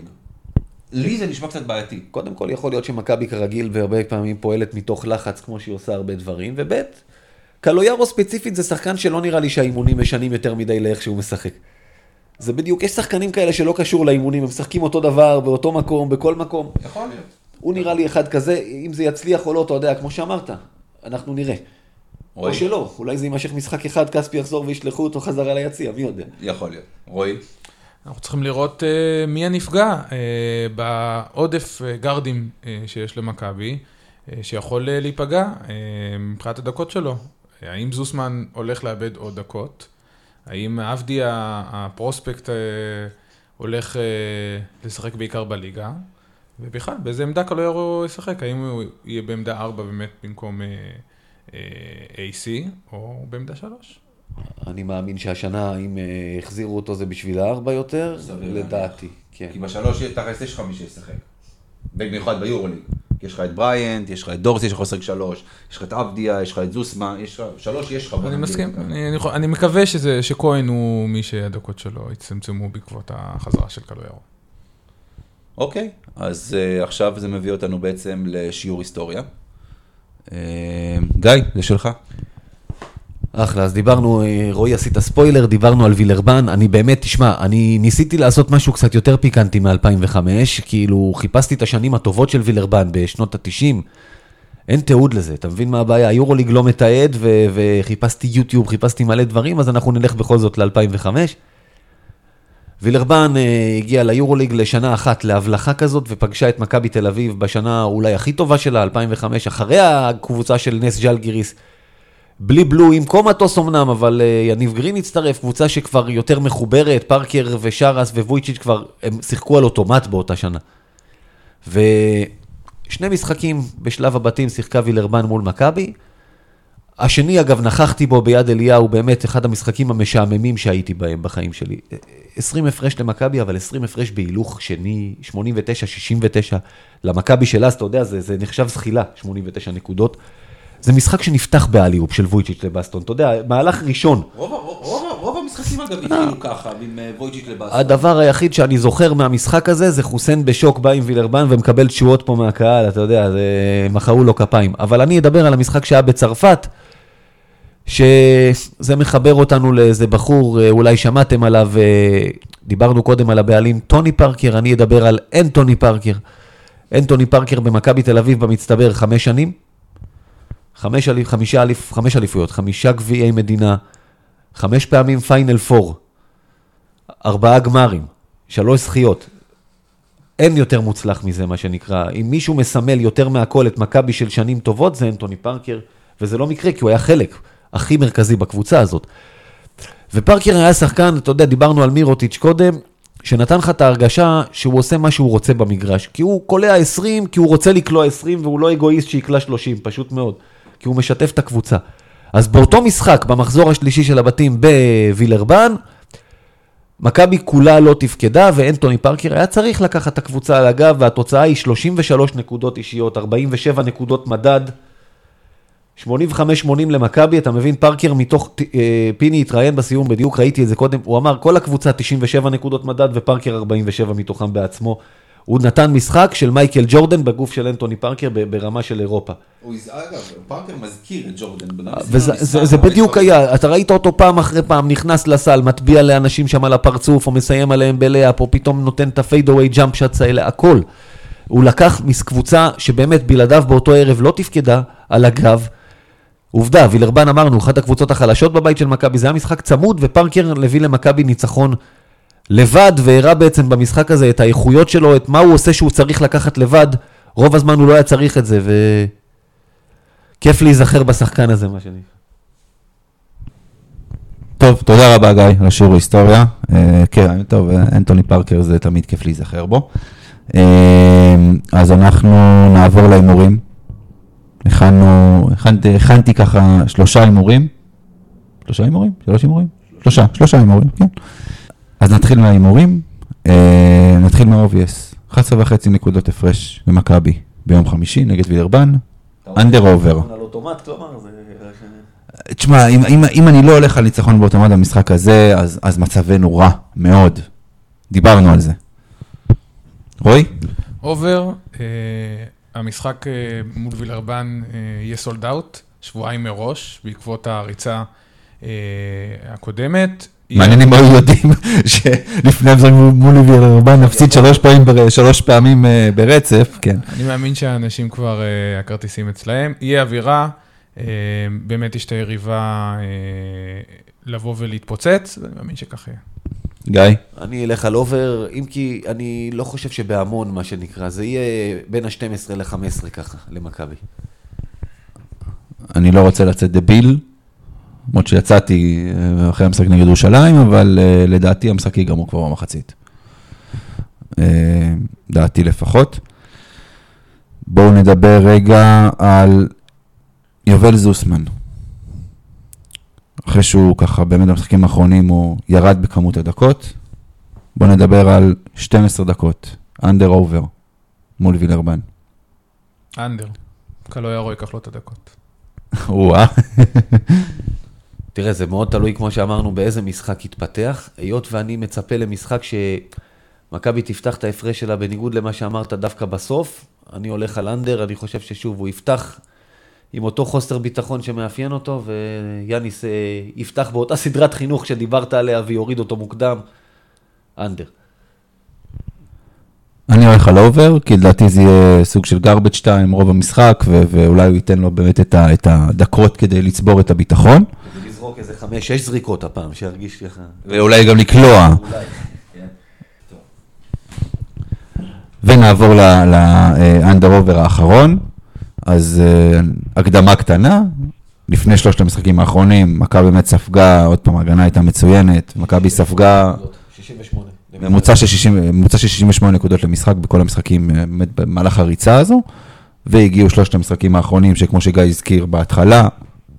לי זה נשמע קצת בעייתי. קודם כל יכול להיות שמכבי כרגיל והרבה פעמים פועלת מתוך לחץ כמו שהיא עושה הרבה דברים, ובית, קלויארו ספציפית זה שחקן שלא נראה לי שהאימונים משנים יותר מדי לאיך שהוא משחק. זה בדיוק, יש שחקנים כאלה שלא קשור לאימונים, הם משחקים אותו דבר, באותו מקום, בכל מקום. יכול להיות. הוא נראה לי אחד כזה, אם זה יצליח או לא, אתה יודע, כמו שאמרת, אנחנו נראה. או שלא, אולי זה יימשך משחק אחד, קספי יחזור וישלחו אותו חזרה ליציע, מי יודע. יכול להיות. רועי? אנחנו צריכים לראות מי הנפגע בעודף גרדים שיש למכבי, שיכול להיפגע מבחינת הדקות שלו. האם זוסמן הולך לאבד עוד דקות? האם אבדי הפרוספקט הולך לשחק בעיקר בליגה? ובכלל, באיזה עמדה קלויארו ישחק? האם הוא יהיה בעמדה 4 באמת במקום AC, או בעמדה 3? אני מאמין שהשנה, אם החזירו אותו, זה בשביל 4 יותר, לדעתי. כן. כי בשלוש תכף יש 5 שישחק. במיוחד ביורוליג. יש לך את בריינט, יש לך את דורסי שחוסק 3, יש לך את אבדיה, יש לך את זוסמן, יש לך 3, יש לך... אני מסכים, אני מקווה שכהן הוא מי שהדקות שלו יצמצמו בעקבות החזרה של קלויארו. אוקיי, אז עכשיו זה מביא אותנו בעצם לשיעור היסטוריה. גיא, זה שלך. אחלה, אז דיברנו, רועי עשית ספוילר, דיברנו על וילרבן, אני באמת, תשמע, אני ניסיתי לעשות משהו קצת יותר פיקנטי מ-2005, כאילו חיפשתי את השנים הטובות של וילרבן בשנות ה-90, אין תיעוד לזה, אתה מבין מה הבעיה? היורוליג לא מתעד, וחיפשתי יוטיוב, חיפשתי מלא דברים, אז אנחנו נלך בכל זאת ל-2005. וילרבן הגיע ליורוליג לשנה אחת להבלחה כזאת, ופגשה את מכבי תל אביב בשנה אולי הכי טובה שלה, 2005, אחרי הקבוצה של נס ג'לגיריס, בלי בלו, עם קומטוס אמנם, אבל יניב גרין הצטרף, קבוצה שכבר יותר מחוברת, פארקר ושרס וויצ'יץ' כבר, הם שיחקו על אוטומט באותה שנה. ושני משחקים בשלב הבתים שיחקה וילרבן מול מכבי. השני, אגב, נכחתי בו ביד אליהו, באמת אחד המשחקים המשעממים שהייתי בהם בחיים שלי. 20 הפרש למכבי, אבל 20 הפרש בהילוך שני, 89-69. למכבי שלה, אז אתה יודע, זה נחשב זחילה, 89 נקודות. זה משחק שנפתח באליופ של וויצ'יץ' לבסטון, אתה יודע, מהלך ראשון. רוב המשחקים אגב התחילו ככה, עם וויג'יץ' לבאסה. הדבר היחיד שאני זוכר מהמשחק הזה, זה חוסיין בשוק בא עם וילרבן ומקבל תשואות פה מהקהל, אתה יודע, מחאו לו כפיים. אבל אני אדבר על המשחק שהיה בצרפת, שזה מחבר אותנו לאיזה בחור, אולי שמעתם עליו, דיברנו קודם על הבעלים טוני פארקר, אני אדבר על אנטוני פארקר. אנטוני פארקר במכבי תל אביב במצטבר 5 שנים, 5 אליפויות, 5 גביעי מדינה, 5 פעמים פיינל 4, 4 גמרים, 3 זכיות. אין יותר מוצלח מזה מה שנקרא. אם מישהו מסמל יותר מהכל את מכבי של שנים טובות, זה אנטוני פארקר, וזה לא מקרה, כי הוא היה חלק הכי מרכזי בקבוצה הזאת. ופארקר היה שחקן, אתה יודע, דיברנו על מירוטיץ' קודם, שנתן לך את ההרגשה שהוא עושה מה שהוא רוצה במגרש, כי הוא קולע 20, כי הוא רוצה לקלוע 20, והוא לא אגואיסט שיקלע 30, פשוט מאוד, כי הוא משתף את הקבוצה. אז באותו משחק, במחזור השלישי של הבתים בווילרבן, מכבי כולה לא תפקדה, ואנטוני פארקר היה צריך לקחת את הקבוצה על הגב, והתוצאה היא 33 נקודות אישיות, 47 נקודות מדד, 85-80 למכבי, אתה מבין, פארקר מתוך, פיני התראיין בסיום, בדיוק ראיתי את זה קודם, הוא אמר, כל הקבוצה 97 נקודות מדד, ופארקר 47 מתוכם בעצמו. הוא נתן משחק של מייקל ג'ורדן בגוף של אנטוני פארקר ברמה של אירופה. אגב, פארקר מזכיר את ג'ורדן. וזה בדיוק היה, אתה ראית אותו פעם אחרי פעם, נכנס לסל, מטביע לאנשים שם על הפרצוף, או מסיים עליהם בלאפ, או פתאום נותן את הפיידאווי ג'אמפ שאץ האלה, הכל. הוא לקח מקבוצה שבאמת בלעדיו באותו ערב לא תפקדה על הגב. עובדה, וילרבן אמרנו, אחת הקבוצות החלשות בבית של מכבי, זה היה משחק צמוד, ופארקר לביא למכבי ניצחון לבד, והראה בעצם במשחק הזה את האיכויות שלו, את מה הוא עושה שהוא צריך לקחת לבד, רוב הזמן הוא לא היה צריך את זה, וכיף להיזכר בשחקן הזה, מה שאני. טוב, תודה רבה גיא על השיעור היסטוריה. כן, טוב, אנטוני פארקר זה תמיד כיף להיזכר בו. אז אנחנו נעבור להימורים. הכנתי ככה 3 הימורים. 3 הימורים? 3 הימורים? 3 הימורים, כן. אז נתחיל מההימורים. נתחיל מהאובייס. 11.5 נקודות הפרש במכבי ביום חמישי נגד וילרבן. אנדר אובר. על אוטומט, כלומר, זה... תשמע, אם אני לא הולך על ניצחון באוטומט במשחק הזה, אז מצבנו רע מאוד. דיברנו על זה. רוי? אובר, המשחק מול וילרבן יהיה סולד אאוט, שבועיים מראש, בעקבות הריצה הקודמת. מעניינים מה יודעים שלפני המשחק מול וילרבן נפסיד 3 פעמים ברצף, כן. אני מאמין שהאנשים כבר, הכרטיסים אצלהם. יהיה אווירה, באמת יש את היריבה לבוא ולהתפוצץ, ואני מאמין שכך יהיה. גיא? אני אלך על אובר, אם כי אני לא חושב שבהמון מה שנקרא, זה יהיה בין ה-12 ל-15 ככה, למכבי. אני לא רוצה לצאת דביל, למרות שיצאתי אחרי המשחק נגד ירושלים, אבל לדעתי המשחק ייגמר כבר במחצית. דעתי לפחות. בואו נדבר רגע על יובל זוסמן. אחרי שהוא ככה באמת במשחקים האחרונים הוא ירד בכמות הדקות. בואו נדבר על 12 דקות. אנדר אובר מול וילרבן. אנדר. קלו ירו ייקח לו את הדקות. וואה. תראה, זה מאוד תלוי, כמו שאמרנו, באיזה משחק יתפתח. היות ואני מצפה למשחק שמכבי תפתח את ההפרש שלה בניגוד למה שאמרת דווקא בסוף. אני הולך על אנדר, אני חושב ששוב הוא יפתח עם אותו חוסר ביטחון שמאפיין אותו, ויאניס יפתח באותה סדרת חינוך שדיברת עליה ויוריד אותו מוקדם. אנדר. אני הולך על אובר, כי לדעתי זה יהיה סוג של גרבג' 2 רוב המשחק, ואולי הוא ייתן לו באמת את הדקות כדי לצבור את הביטחון. כדי לזרוק איזה 5-6 זריקות הפעם, שירגיש לך. ואולי גם לקלוע. אולי. ונעבור לאנדר אובר האחרון. אז הקדמה קטנה, לפני 3 המשחקים האחרונים, מכבי באמת ספגה, עוד פעם, ההגנה הייתה מצוינת, מכבי ספגה 68. ממוצע של 68 נקודות למשחק בכל המשחקים במהלך הריצה הזו, והגיעו 3 המשחקים האחרונים, שכמו שגיא הזכיר בהתחלה,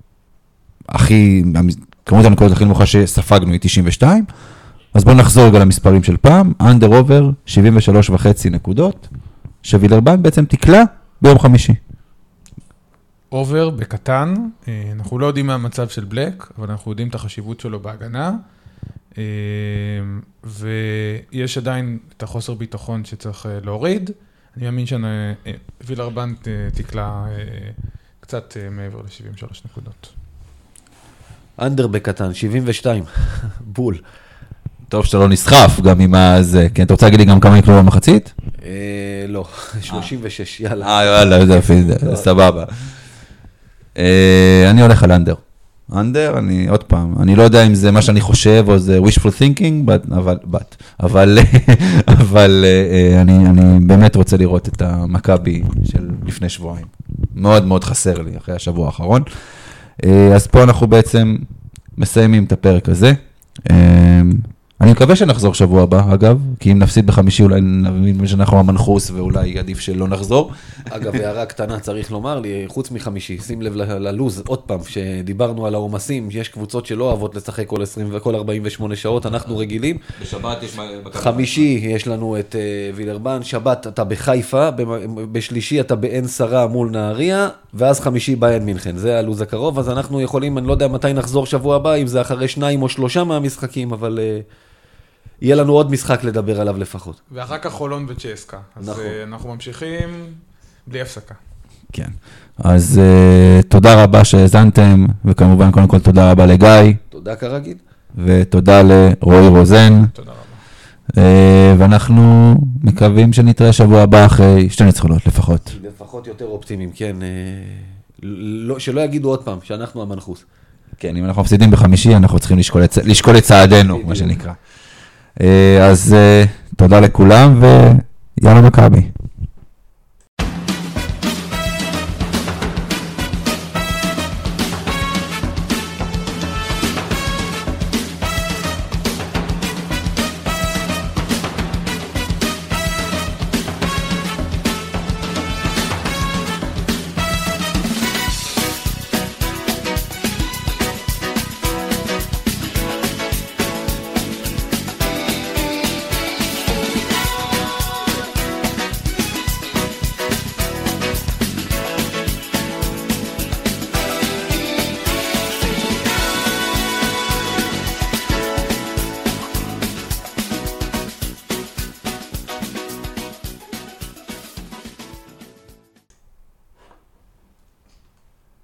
כמות הנקודות הכי נמוכה שספגנו היא 92, אז בואו נחזור רגע למספרים של פעם, אנדר אובר 73.5 נקודות, שווילרבן בעצם תקלה ביום חמישי. אובר בקטן, אנחנו לא יודעים מה המצב של בלק, אבל אנחנו יודעים את החשיבות שלו בהגנה, ויש עדיין את החוסר ביטחון שצריך להוריד. אני מאמין שווילרבן תקלה קצת מעבר ל-73 נקודות. אנדר בקטן, 72, בול. טוב שאתה לא נסחף גם עם הזה. כן, אתה רוצה להגיד לי גם כמה יקלו במחצית? לא, 36, יאללה. יאללה, זה סבבה. אני הולך על אנדר. אנדר, עוד פעם, אני לא יודע אם זה מה שאני חושב, או זה wishful thinking, אבל אני באמת רוצה לראות את המכבי של לפני שבועיים. מאוד מאוד חסר לי אחרי השבוע האחרון. אז פה אנחנו בעצם מסיימים את הפרק הזה. אני מקווה שנחזור שבוע הבא, אגב, כי אם נפסיד בחמישי אולי נבין שאנחנו המנחוס, ואולי עדיף שלא נחזור. אגב, הערה קטנה צריך לומר לי, חוץ מחמישי, שים לב ללוז, עוד פעם, שדיברנו על העומסים, יש קבוצות שלא אוהבות לשחק כל 20 וכל 48 שעות, אנחנו רגילים. בשבת יש... חמישי יש לנו את וילרבן, שבת אתה בחיפה, בשלישי אתה בעין שרה מול נהריה, ואז חמישי ביין מינכן, זה הלוז הקרוב, אז אנחנו יכולים, אני לא יודע מתי נחזור שבוע הבא, אם זה אחרי 2 או 3 מהמשחקים, אבל יהיה לנו עוד משחק לדבר עליו לפחות. ואחר כך חולון וצ'סקה. אז אנחנו ממשיכים בלי הפסקה. כן. אז תודה רבה שהזנתם, וכמובן קודם כל תודה רבה לגיא. תודה כרגיל. ותודה לרועי רוזן. תודה רבה. ואנחנו מקווים שנתראה שבוע הבא אחרי 2 ניצחונות לפחות. לפחות יותר אופטימיים, כן. שלא יגידו עוד פעם שאנחנו המנחוס. כן, אם אנחנו מפסידים בחמישי, אנחנו צריכים לשקול את צעדינו, מה שנקרא. אז תודה לכולם, ויאללה מכבי.